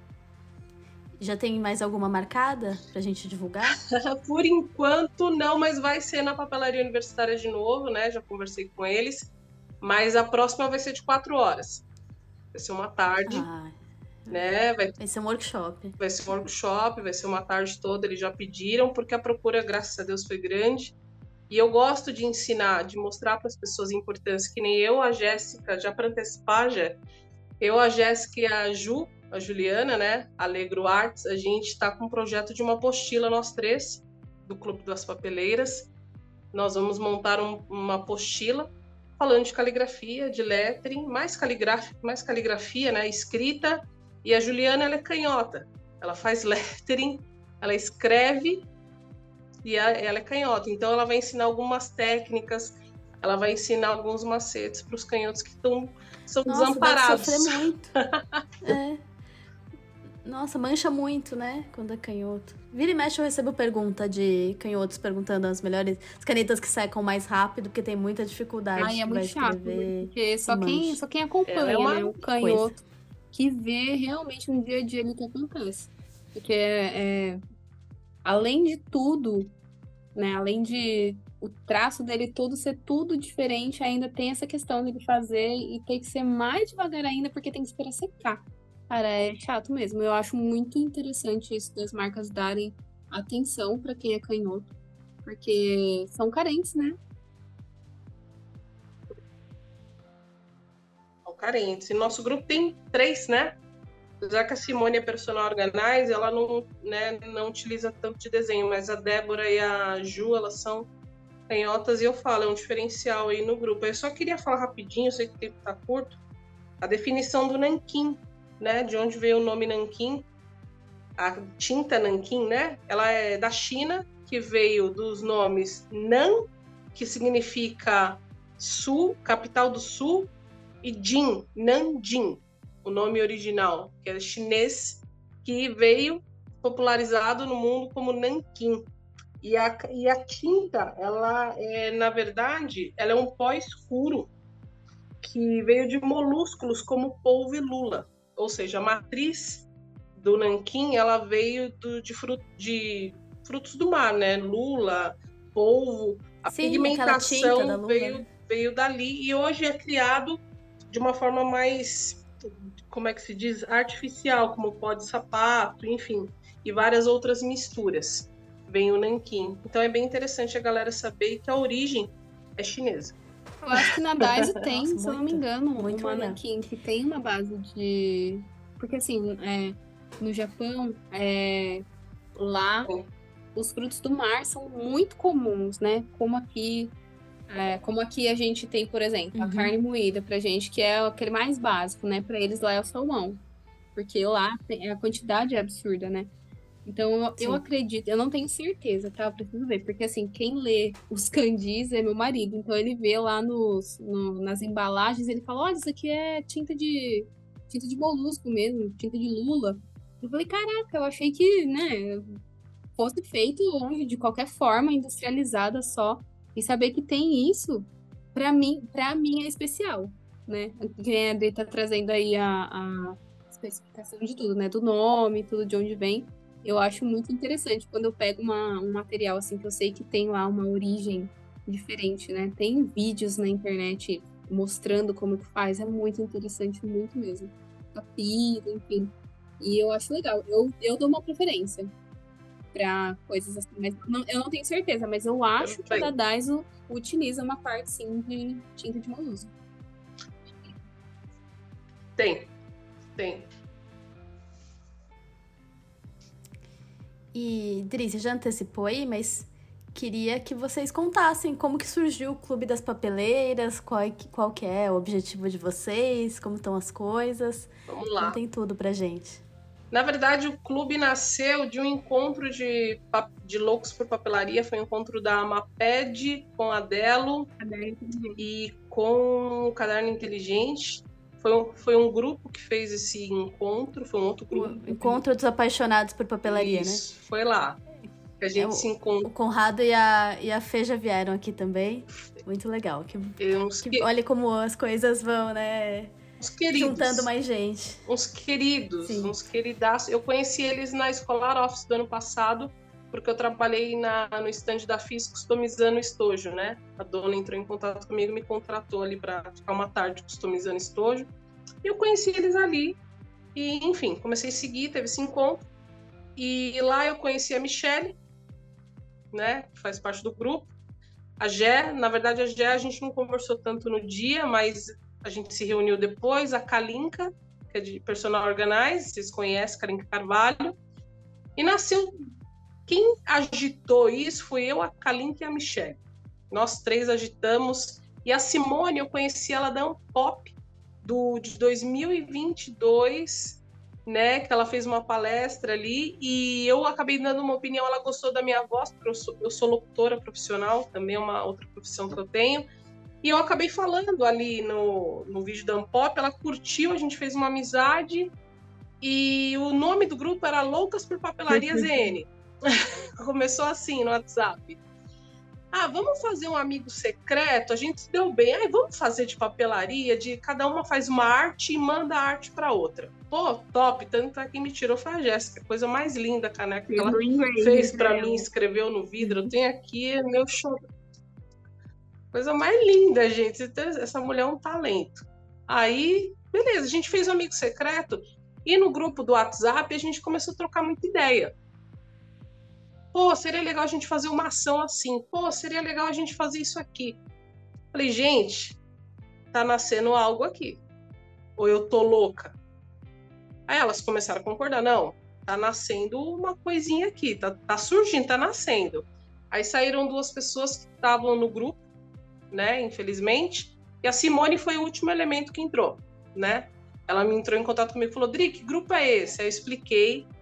Já tem mais alguma marcada pra gente divulgar? Por enquanto não, mas vai ser na Papelaria Universitária de novo, né? Já conversei com eles. Mas a próxima vai ser de 4 horas. Vai ser uma tarde, né? Vai ser um workshop. Vai ser um workshop, vai ser uma tarde toda. Eles já pediram, porque a procura, graças a Deus, foi grande. E eu gosto de ensinar, de mostrar para as pessoas a importância, que nem eu, a Jéssica, já para antecipar, eu, a Jéssica e a Ju, a Juliana, né, Alegro Arts, a gente está com um projeto de uma apostila, nós três, do Clube das Papeleiras. Nós vamos montar uma apostila falando de caligrafia, de lettering, mais caligrafia, né, escrita. E a Juliana, ela é canhota, ela faz lettering, ela escreve e ela é canhota. Então, ela vai ensinar algumas técnicas, ela vai ensinar alguns macetes para os canhotos que são desamparados. Deve sofrer muito. Nossa, mancha muito, né? Quando é canhoto. Vira e mexe eu recebo pergunta de canhotos perguntando as melhores canetas que secam mais rápido, porque tem muita dificuldade. É muito chato, porque só quem acompanha, né? O canhoto que vê realmente no dia a dia ali o que acontece. Porque além de tudo, né? Além de o traço dele todo ser tudo diferente, ainda tem essa questão dele fazer e tem que ser mais devagar ainda, porque tem que esperar secar. Cara, é chato mesmo. Eu acho muito interessante isso das marcas darem atenção para quem é canhoto, porque são carentes, né? São carentes. E nosso grupo tem 3, né? Já que a Simone é personal organizer, ela não utiliza tanto de desenho, mas a Débora e a Ju, elas são canhotas, e eu falo, é um diferencial aí no grupo. Eu só queria falar rapidinho, eu sei que o tempo tá curto, a definição do nanquim, né, de onde veio o nome nanquim. a tinta nanquim, né? Ela é da China, que veio dos nomes Nan, que significa sul, capital do sul, e Jin, Nanjing, o nome original, que é chinês, que veio popularizado no mundo como nanquim. E a tinta, ela é, na verdade, ela é um pó escuro que veio de molúsculos como polvo e lula. Ou seja, a matriz do nanquim, ela veio de frutos do mar, né? Lula, polvo, a pigmentação da lula, veio dali. E hoje é criado de uma forma mais, como é que se diz? Artificial, como pó de sapato, enfim. E várias outras misturas. Vem o nanquim. Então é bem interessante a galera saber que a origem é chinesa. Eu acho que na Daiso tem, Nossa, se eu não me engano, muito uma legal. nanquim que tem uma base de... Porque assim, no Japão, lá os frutos do mar são muito comuns, né? Como aqui a gente tem, por exemplo, a carne moída pra gente, que é aquele mais básico, né? Pra eles lá é o salmão. Porque lá a quantidade é absurda, né? Então, eu acredito, eu não tenho certeza, tá? Eu preciso ver, porque assim, quem lê os kanjis é meu marido, então ele vê lá nas embalagens, ele fala, olha, isso aqui é tinta de molusco mesmo, tinta de lula. Eu falei, caraca, eu achei que, né, fosse feito de qualquer forma, industrializada só, e saber que tem isso, pra mim é especial, né? Que a Adri tá trazendo aí a especificação de tudo, né? Do nome, tudo de onde vem. Eu acho muito interessante quando eu pego um material assim que eu sei que tem lá uma origem diferente, né? Tem vídeos na internet mostrando como que faz, é muito interessante, muito mesmo. Capita, enfim. E eu acho legal. Eu dou uma preferência para coisas assim, mas eu não tenho certeza, mas eu acho que a da Daiso utiliza uma parte sim de tinta de molusco. Tem. E, Dri, você já antecipou aí, mas queria que vocês contassem como que surgiu o Clube das Papeleiras, qual que é o objetivo de vocês, como estão as coisas. Vamos lá. Contem tudo pra gente. Na verdade, o clube nasceu de um encontro de loucos por papelaria, foi um encontro da Maped com a Delo e com o Caderno Inteligente. Foi um grupo que fez esse encontro, foi um outro grupo. O Encontro dos Apaixonados por Papelaria, Isso, né? Foi lá que a gente se encontrou. O Conrado e a Fê já vieram aqui também. Muito legal. Olha como as coisas vão, né? Uns queridos. Juntando mais gente. Uns queridos, Sim. Uns queridaços. Eu conheci eles na Scholar Office do ano passado, porque eu trabalhei no stand da FIS customizando estojo, né? A dona entrou em contato comigo e me contratou ali para ficar uma tarde customizando estojo. E eu conheci eles ali. E, enfim, comecei a seguir, teve esse encontro. E lá eu conheci a Michelle, né? Que faz parte do grupo. A Gé, na verdade, a gente não conversou tanto no dia, mas a gente se reuniu depois. A Kalinka, que é de Personal Organize, vocês conhecem, Kalinka Carvalho. E nasceu... Quem agitou isso foi eu, a Kalinka e a Michelle. Nós três agitamos. E a Simone, eu conheci ela da Unpop de 2022, né? Que ela fez uma palestra ali e eu acabei dando uma opinião. Ela gostou da minha voz, porque eu sou locutora profissional, também é uma outra profissão que eu tenho. E eu acabei falando ali no vídeo da Unpop, ela curtiu, a gente fez uma amizade. E o nome do grupo era Loucas por Papelaria ZN. Começou assim no WhatsApp. Vamos fazer um amigo secreto? A gente se deu bem. Vamos fazer de papelaria, de cada uma faz uma arte e manda a arte para outra. Pô, top. Tanto é que me tirou foi a Jéssica. Coisa mais linda a caneca que ela fez para mim, escreveu no vidro. Eu tenho aqui meu show. Coisa mais linda, gente. Essa mulher é um talento. Aí, beleza, a gente fez um amigo secreto e no grupo do WhatsApp a gente começou a trocar muita ideia. Pô, seria legal a gente fazer uma ação assim. Pô, seria legal a gente fazer isso aqui. Falei, gente, tá nascendo algo aqui. Ou eu tô louca? Aí elas começaram a concordar. Não, tá nascendo uma coisinha aqui. Tá surgindo, tá nascendo. Aí saíram duas pessoas que estavam no grupo, né, infelizmente. E a Simone foi o último elemento que entrou, né? Ela me entrou em contato comigo e falou, Dri, que grupo é esse? Aí eu expliquei.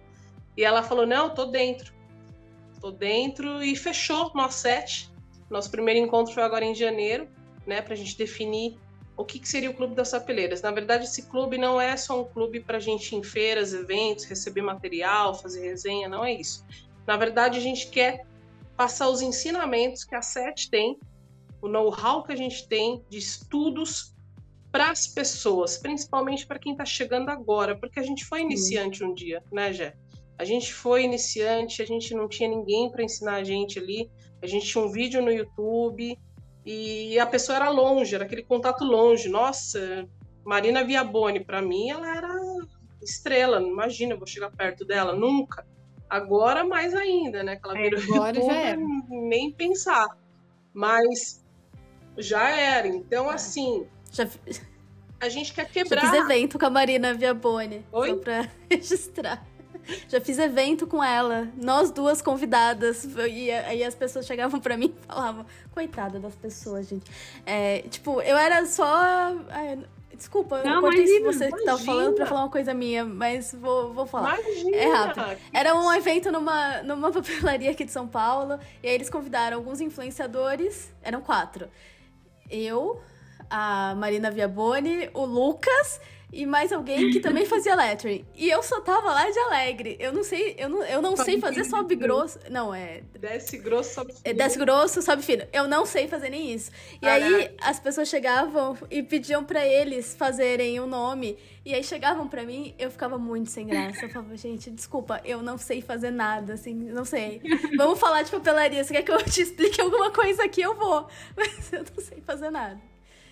E ela falou, não, tô dentro, e fechou nós 7. Nosso primeiro encontro foi agora em janeiro, né, pra gente definir o que seria o Clube das Papeleiras. Na verdade, esse clube não é só um clube pra gente ir em feiras, eventos, receber material, fazer resenha, não é isso. Na verdade, a gente quer passar os ensinamentos que a SET tem, o know-how que a gente tem de estudos para as pessoas, principalmente para quem está chegando agora, porque a gente foi iniciante um dia, né, Gé? A gente foi iniciante, a gente não tinha ninguém para ensinar a gente ali, a gente tinha um vídeo no YouTube e a pessoa era longe, era aquele contato longe. Nossa, Marina Viaboni, para mim, ela era estrela, imagina, eu vou chegar perto dela, nunca. Agora mais ainda, né? Que ela virou agora já era. Nem pensar. Mas já era. Então, assim, a gente quer quebrar. Já fiz evento com a Marina Viaboni. Oi? Só pra registrar. Já fiz evento com ela, nós duas convidadas. E aí as pessoas chegavam pra mim e falavam, coitada das pessoas, gente. Tipo, eu era só... Desculpa, eu cortei se você tava falando pra falar uma coisa minha, mas vou falar. Imagina, é rápido. Era um evento numa papelaria aqui de São Paulo, e aí eles convidaram alguns influenciadores, eram 4. Eu, a Marina Viaboni, o Lucas e mais alguém que também fazia lettering. E eu só tava lá de alegre. Eu não sei fazer sobe grosso. Não, desce grosso, sobe fino. Desce grosso, sobe fino. Eu não sei fazer nem isso. E aí as pessoas chegavam e pediam pra eles fazerem o nome. E aí chegavam pra mim, eu ficava muito sem graça. Eu falava, gente, desculpa, eu não sei fazer nada, assim, não sei. Vamos falar de papelaria. Você quer que eu te explique alguma coisa aqui? Eu vou. Mas eu não sei fazer nada.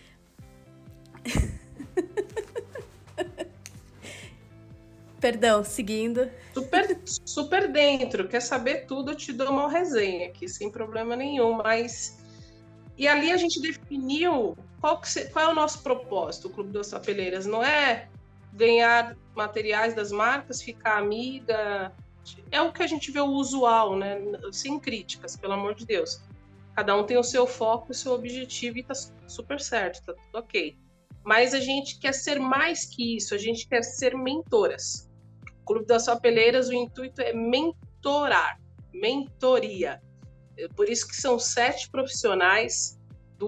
Perdão, seguindo. Super dentro. Quer saber tudo, eu te dou uma resenha aqui, sem problema nenhum. Mas... E ali a gente definiu qual é o nosso propósito, o Clube das Papeleiras. Não é ganhar materiais das marcas, ficar amiga. É o que a gente vê o usual, né? Sem críticas, pelo amor de Deus. Cada um tem o seu foco, o seu objetivo e tá super certo, tá tudo ok. Mas a gente quer ser mais que isso, a gente quer ser mentoras. O Clube das Papeleiras, o intuito é mentorar, mentoria. Por isso que são 7 profissionais,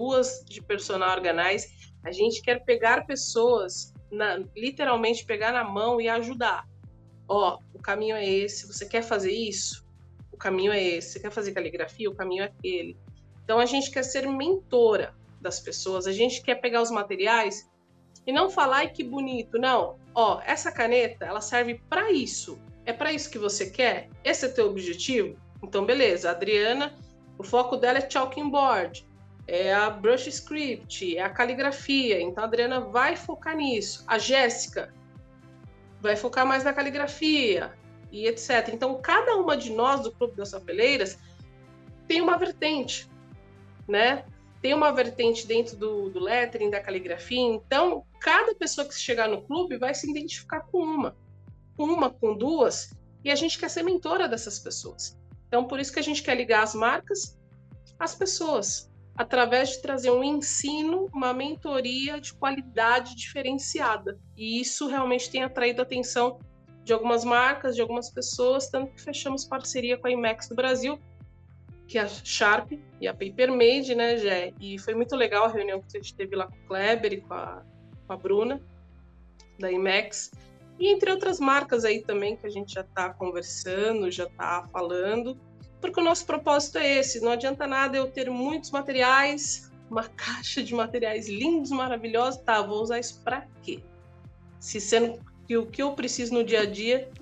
2 de personal organize. A gente quer pegar pessoas, literalmente pegar na mão e ajudar. Ó, o caminho é esse, você quer fazer isso? O caminho é esse. Você quer fazer caligrafia? O caminho é aquele. Então a gente quer ser mentora das pessoas, a gente quer pegar os materiais e não falar, ai, que bonito, não. Ó, essa caneta, ela serve para isso. É para isso que você quer? Esse é teu objetivo? Então, beleza. A Adriana, o foco dela é chalking board, é a brush script, é a caligrafia. Então, a Adriana vai focar nisso. A Jéssica vai focar mais na caligrafia e etc. Então, cada uma de nós do Clube das Papeleiras tem uma vertente, né? Tem uma vertente dentro do lettering, da caligrafia. Então, cada pessoa que chegar no clube vai se identificar com uma, com 2, e a gente quer ser mentora dessas pessoas. Então, por isso que a gente quer ligar as marcas às pessoas, através de trazer um ensino, uma mentoria de qualidade diferenciada. E isso realmente tem atraído a atenção de algumas marcas, de algumas pessoas, tanto que fechamos parceria com a IMEX do Brasil, que é a Sharp e a Papermade, né, Gé? E foi muito legal a reunião que a gente teve lá com o Kleber e com a Bruna, da IMEX. E entre outras marcas aí também que a gente já está conversando, já está falando, porque o nosso propósito é esse. Não adianta nada eu ter muitos materiais, uma caixa de materiais lindos, maravilhosos. Tá, vou usar isso para quê? Se sendo que o que eu preciso no dia a dia...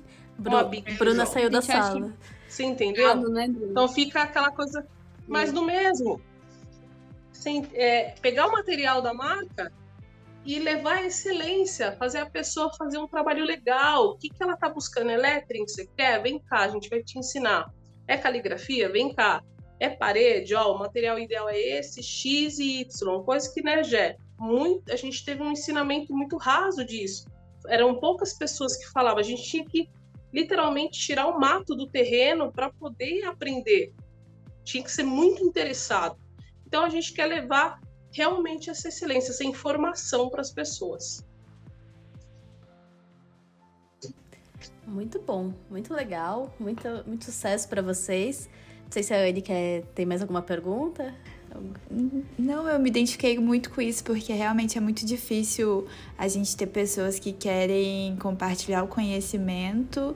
Bruna saiu da sala. Você entendeu? Então fica aquela coisa mais do mesmo. Pegar o material da marca e levar a excelência, fazer a pessoa fazer um trabalho legal. O que ela está buscando? É lettering que você quer? Vem cá, a gente vai te ensinar. É caligrafia? Vem cá. É parede? Ó, o material ideal é esse, X e Y. Coisa que, né, Gé? A gente teve um ensinamento muito raso disso. Eram poucas pessoas que falavam. A gente tinha que literalmente tirar o mato do terreno para poder aprender. Tinha que ser muito interessado. Então a gente quer levar realmente essa excelência, essa informação para as pessoas. Muito bom, muito legal, muito sucesso para vocês. Não sei se a Anne tem mais alguma pergunta? Não, eu me identifiquei muito com isso, porque realmente é muito difícil a gente ter pessoas que querem compartilhar o conhecimento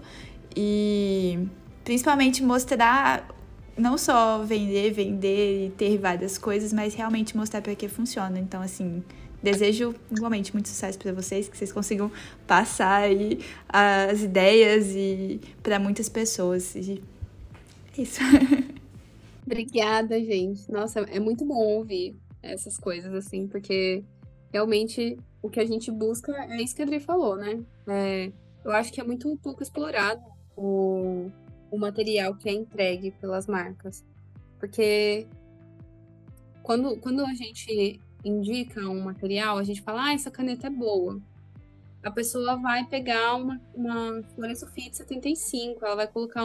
e principalmente mostrar, não só vender e ter várias coisas, mas realmente mostrar para que funciona. Então, assim, desejo igualmente muito sucesso para vocês, que vocês consigam passar aí as ideias e para muitas pessoas. E isso. Obrigada, gente. Nossa, é muito bom ouvir essas coisas, assim, porque realmente o que a gente busca é isso que a Adri falou, né? Eu acho que é muito pouco explorado o material que é entregue pelas marcas. Porque quando a gente indica um material, a gente fala, essa caneta é boa. A pessoa vai pegar uma folha sulfite 75, ela vai colocar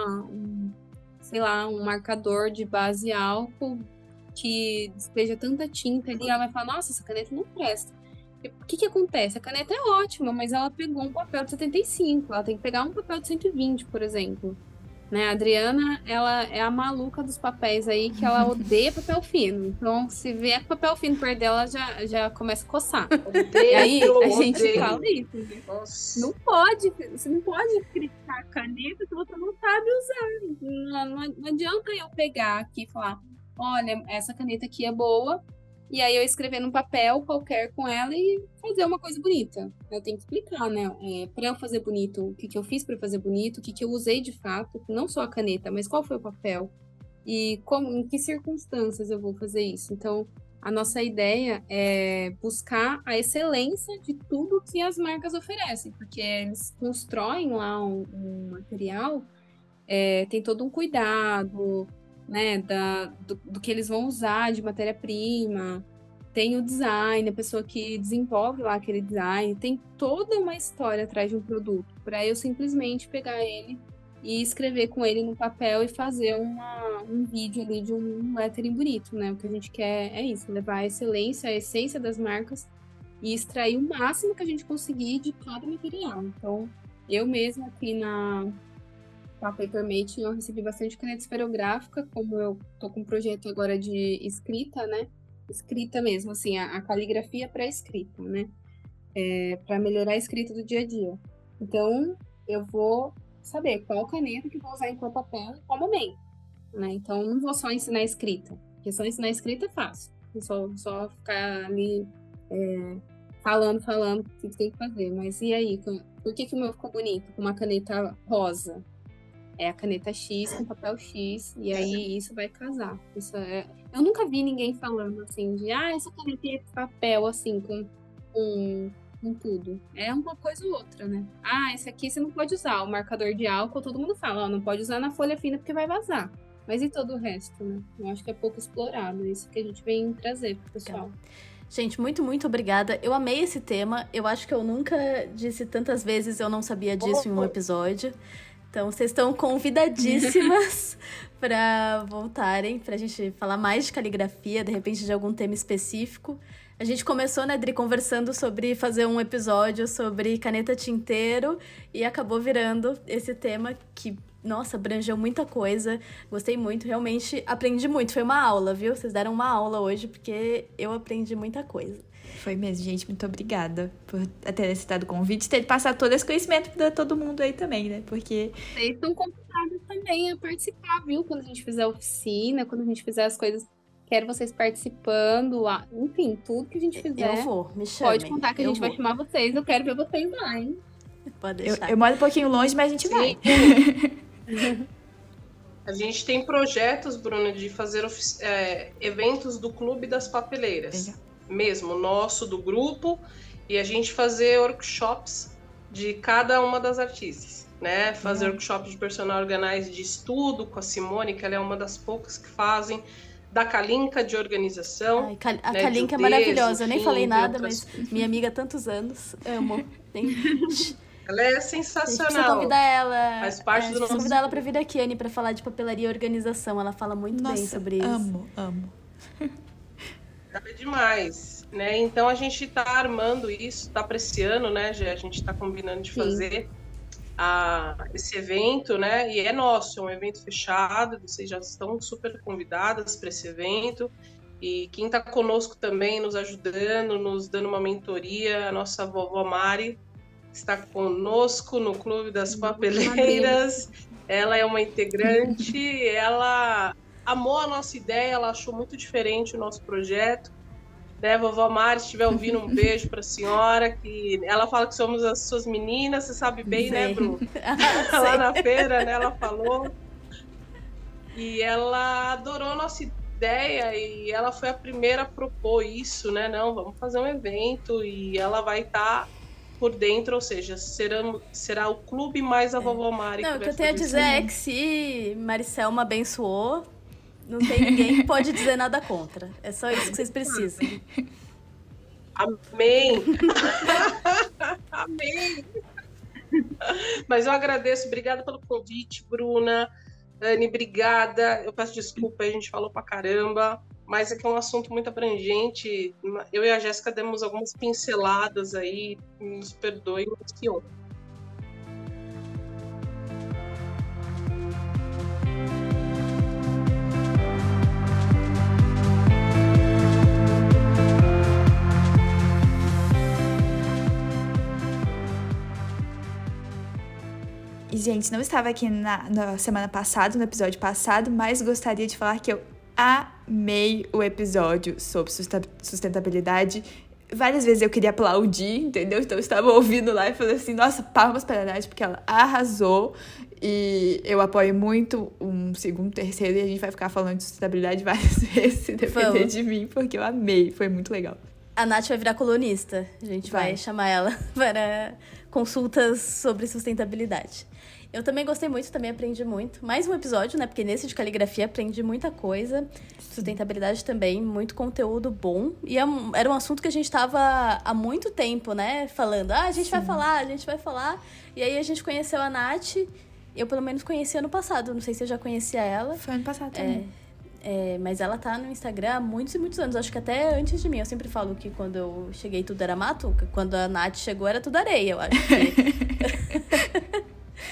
sei lá, um marcador de base álcool que despeja tanta tinta ali, ela vai falar, nossa, essa caneta não presta. O que acontece? A caneta é ótima, mas ela pegou um papel de 75, ela tem que pegar um papel de 120, por exemplo. Né? A Adriana, ela é a maluca dos papéis aí, que ela odeia papel fino. Então, se vier com papel fino perto dela, já começa a coçar. E aí, a gente fala isso. Né? Não pode, você não pode criticar a caneta que você não sabe usar. Não adianta eu pegar aqui e falar, olha, essa caneta aqui é boa, e aí eu escrever num papel qualquer com ela e fazer uma coisa bonita. Eu tenho que explicar, né? Para eu fazer bonito, o que eu fiz para fazer bonito, o que eu usei de fato, não só a caneta, mas qual foi o papel e em que circunstâncias eu vou fazer isso. Então, a nossa ideia é buscar a excelência de tudo que as marcas oferecem, porque eles constroem lá um material, tem todo um cuidado, né, do que eles vão usar de matéria-prima, tem o design, a pessoa que desenvolve lá aquele design, tem toda uma história atrás de um produto, para eu simplesmente pegar ele e escrever com ele no papel e fazer um vídeo ali de um lettering bonito, né? O que a gente quer é isso, levar a excelência, a essência das marcas e extrair o máximo que a gente conseguir de cada material. Então, eu mesma aqui na Papermate, eu recebi bastante caneta esferográfica, como eu tô com um projeto agora de escrita, né? Escrita mesmo, assim, a caligrafia para escrita, né? Para melhorar a escrita do dia a dia. Então, eu vou saber qual caneta que eu vou usar em qual papel e qual momento, né? Então, não vou só ensinar escrita, porque só ensinar escrita é fácil. Só ficar ali falando o que tem que fazer. Mas e aí? Por que o meu ficou bonito com uma caneta rosa? É a caneta X com papel X, e aí isso vai casar. Eu nunca vi ninguém falando assim de essa canetinha de papel, assim, com tudo. É uma coisa ou outra, né? Esse aqui você não pode usar. O marcador de álcool, todo mundo fala, não pode usar na folha fina porque vai vazar. Mas e todo o resto, né? Eu acho que é pouco explorado. É isso que a gente vem trazer pro pessoal. Gente, muito, muito obrigada. Eu amei esse tema. Eu acho que eu nunca disse tantas vezes eu não sabia disso em um episódio. Então, vocês estão convidadíssimas para voltarem, para a gente falar mais de caligrafia, de repente de algum tema específico. A gente começou, né, Adri, conversando sobre fazer um episódio sobre caneta tinteiro e acabou virando esse tema que, nossa, abrangeu muita coisa. Gostei muito, realmente aprendi muito. Foi uma aula, viu? Vocês deram uma aula hoje porque eu aprendi muita coisa. Foi mesmo, gente. Muito obrigada por ter aceitado o convite e ter passado todo esse conhecimento para todo mundo aí também, né? Porque vocês estão convidados também a participar, viu? Quando a gente fizer a oficina, quando a gente fizer as coisas, quero vocês participando lá. Enfim, tudo que a gente fizer. Eu vou, me chamem. Pode contar que a gente vai chamar vocês. Eu quero ver vocês lá, hein? Pode deixar. Eu moro um pouquinho longe, mas a gente vai. A gente tem projetos, Bruna, de fazer eventos do Clube das Papeleiras. Legal. Mesmo, nosso, do grupo, e a gente fazer workshops de cada uma das artistas, né? Fazer workshops de personal organize de estudo com a Simone, que ela é uma das poucas que fazem, da Kalinka de organização. A Kalinka é maravilhosa, eu nem falei nada, mas minha amiga há tantos anos, amo. Ela é sensacional. Precisa convidar ela. Faz parte do nosso... convidar ela para vir aqui, Anne, para falar de papelaria e organização. Ela fala muito bem sobre isso. Amo. É demais, né? Então a gente tá armando isso, tá pra esse ano, né? A gente tá combinando de fazer. esse evento, né? E é nosso, é um evento fechado, vocês já estão super convidadas para esse evento. E quem está conosco também, nos ajudando, nos dando uma mentoria, a nossa vovó Mari está conosco no Clube das Papeleiras. Ela é uma integrante, ela amou a nossa ideia, ela achou muito diferente o nosso projeto. Né, vovó Mari, se estiver ouvindo, um beijo para a senhora, que ela fala que somos as suas meninas, você sabe bem, né, Bru? Lá na feira, né, ela falou. E ela adorou a nossa ideia e ela foi a primeira a propor isso, né? Não, vamos fazer um evento e ela vai estar por dentro, ou seja, será o clube mais a vovó Mari. Não, o que eu tenho a dizer é que se Maricelma abençoou, não tem ninguém que pode dizer nada contra. É só isso que vocês precisam. Amém! Amém! Mas eu agradeço, obrigada pelo convite, Bruna. Anne, obrigada. Eu peço desculpa, a gente falou pra caramba, mas é que é um assunto muito abrangente. Eu e a Jéssica demos algumas pinceladas aí, nos perdoem, mas que honra. E, gente, não estava aqui na semana passada, no episódio passado, mas gostaria de falar que eu amei o episódio sobre sustentabilidade. Várias vezes eu queria aplaudir, entendeu? Então eu estava ouvindo lá e falei assim, nossa, palmas para a Nath, porque ela arrasou. E eu apoio muito um segundo, terceiro, e a gente vai ficar falando de sustentabilidade várias vezes, se depender de mim, porque eu amei, foi muito legal. A Nath vai virar colunista. A gente vai chamar ela para consultas sobre sustentabilidade. Eu também gostei muito, também aprendi muito. Mais um episódio, né? Porque nesse de caligrafia aprendi muita coisa. Sustentabilidade também, muito conteúdo bom. E era um assunto que a gente tava há muito tempo, né? Falando, a gente vai falar, a gente vai falar. E aí a gente conheceu a Nath. Eu, pelo menos, conheci ano passado. Não sei se eu já conhecia ela. Foi ano passado também. Mas ela tá no Instagram há muitos e muitos anos. Acho que até antes de mim. Eu sempre falo que quando eu cheguei tudo era mato. Quando a Nath chegou era tudo areia, eu acho que...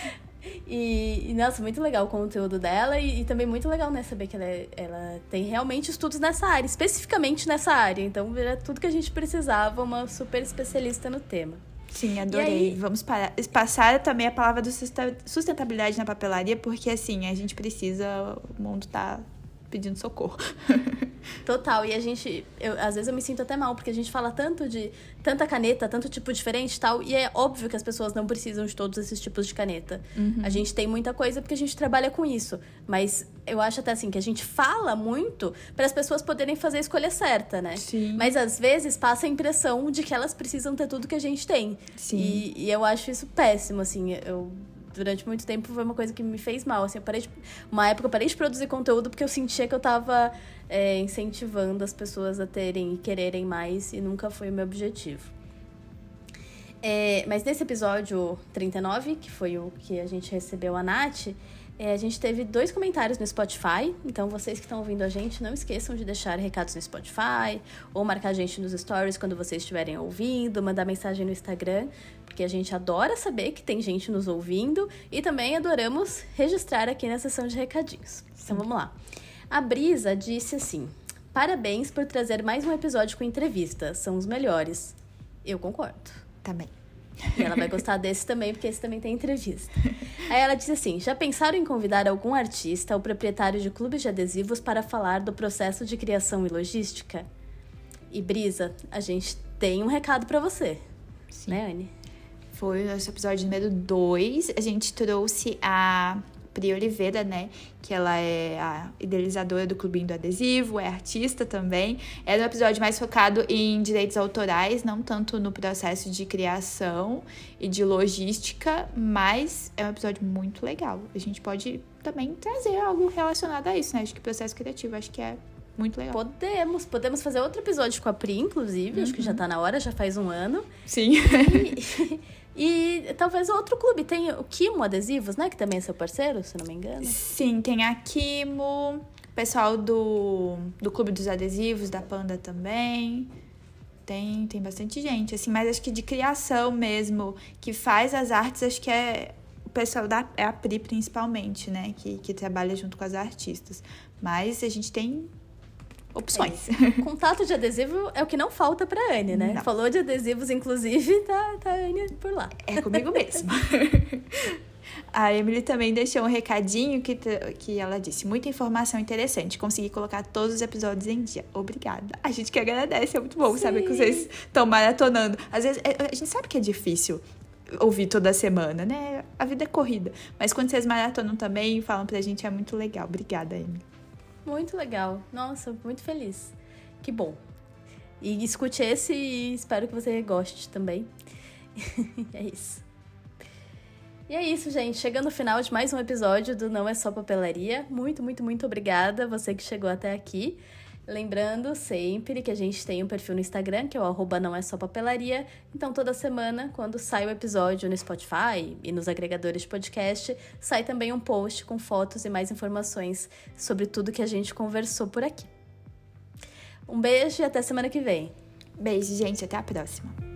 E, nossa, muito legal o conteúdo dela. E também muito legal, né, saber que ela tem realmente estudos nessa área. Especificamente nessa área. Então, era tudo que a gente precisava. Uma super especialista no tema. Sim, adorei. Aí... Vamos passar também a palavra da sustentabilidade na papelaria, porque, assim, a gente precisa... O mundo tá pedindo socorro. Total, e às vezes eu me sinto até mal, porque a gente fala tanto de tanta caneta, tanto tipo diferente e tal, e é óbvio que as pessoas não precisam de todos esses tipos de caneta. A gente tem muita coisa porque a gente trabalha com isso, mas eu acho até assim que a gente fala muito para as pessoas poderem fazer a escolha certa, né? Sim. Mas às vezes passa a impressão de que elas precisam ter tudo que a gente tem. Sim. E eu acho isso péssimo, assim, durante muito tempo foi uma coisa que me fez mal, assim, uma época eu parei de produzir conteúdo porque eu sentia que eu tava incentivando as pessoas a terem e quererem mais, e nunca foi o meu objetivo. Mas nesse episódio 39, que foi o que a gente recebeu a Nath, a gente teve 2 comentários no Spotify, então vocês que estão ouvindo a gente, não esqueçam de deixar recados no Spotify, ou marcar a gente nos stories quando vocês estiverem ouvindo, mandar mensagem no Instagram, porque a gente adora saber que tem gente nos ouvindo, e também adoramos registrar aqui na seção de recadinhos. Então vamos lá. A Brisa disse assim: parabéns por trazer mais um episódio com entrevista, são os melhores. Eu concordo. Também. E ela vai gostar desse também, porque esse também tem entrevista. Aí ela disse assim: já pensaram em convidar algum artista ou proprietário de clubes de adesivos para falar do processo de criação e logística? E Brisa, a gente tem um recado para você. Sim. Né, Anne? Foi o nosso episódio número 2. A gente trouxe a Pri Oliveira, né? Que ela é a idealizadora do Clubinho do Adesivo, é artista também. Era um episódio mais focado em direitos autorais, não tanto no processo de criação e de logística, mas é um episódio muito legal. A gente pode também trazer algo relacionado a isso, né? Acho que processo criativo, acho que é muito legal. Podemos fazer outro episódio com a Pri, inclusive. Acho que já tá na hora, já faz um ano. Sim. E talvez outro clube. Tem o Kimo Adesivos, né? Que também é seu parceiro, se não me engano. Sim, tem a Kimo, pessoal do Clube dos Adesivos, da Panda também. Tem bastante gente, assim, mas acho que de criação mesmo, que faz as artes, acho que é pessoal é a Pri principalmente, né? Que trabalha junto com as artistas. Mas a gente tem opções. Contato de adesivo é o que não falta pra Anne, né? Não. Falou de adesivos, inclusive, tá a Anne por lá. É comigo mesmo. A Emily também deixou um recadinho que ela disse: muita informação interessante, consegui colocar todos os episódios em dia. Obrigada. A gente que agradece, é muito bom saber que vocês estão maratonando. Às vezes, a gente sabe que é difícil ouvir toda semana, né? A vida é corrida. Mas quando vocês maratonam também e falam pra gente, é muito legal. Obrigada, Emily. Muito legal. Nossa, muito feliz. Que bom. E escute esse e espero que você goste também. É isso. E é isso, gente. Chegando no final de mais um episódio do Não É Só Papelaria. Muito, muito, muito obrigada a você que chegou até aqui. Lembrando sempre que a gente tem um perfil no Instagram, que é o @nãoessopapelaria. Então, toda semana, quando sai o episódio no Spotify e nos agregadores de podcast, sai também um post com fotos e mais informações sobre tudo que a gente conversou por aqui. Um beijo e até semana que vem. Beijo, gente. Até a próxima.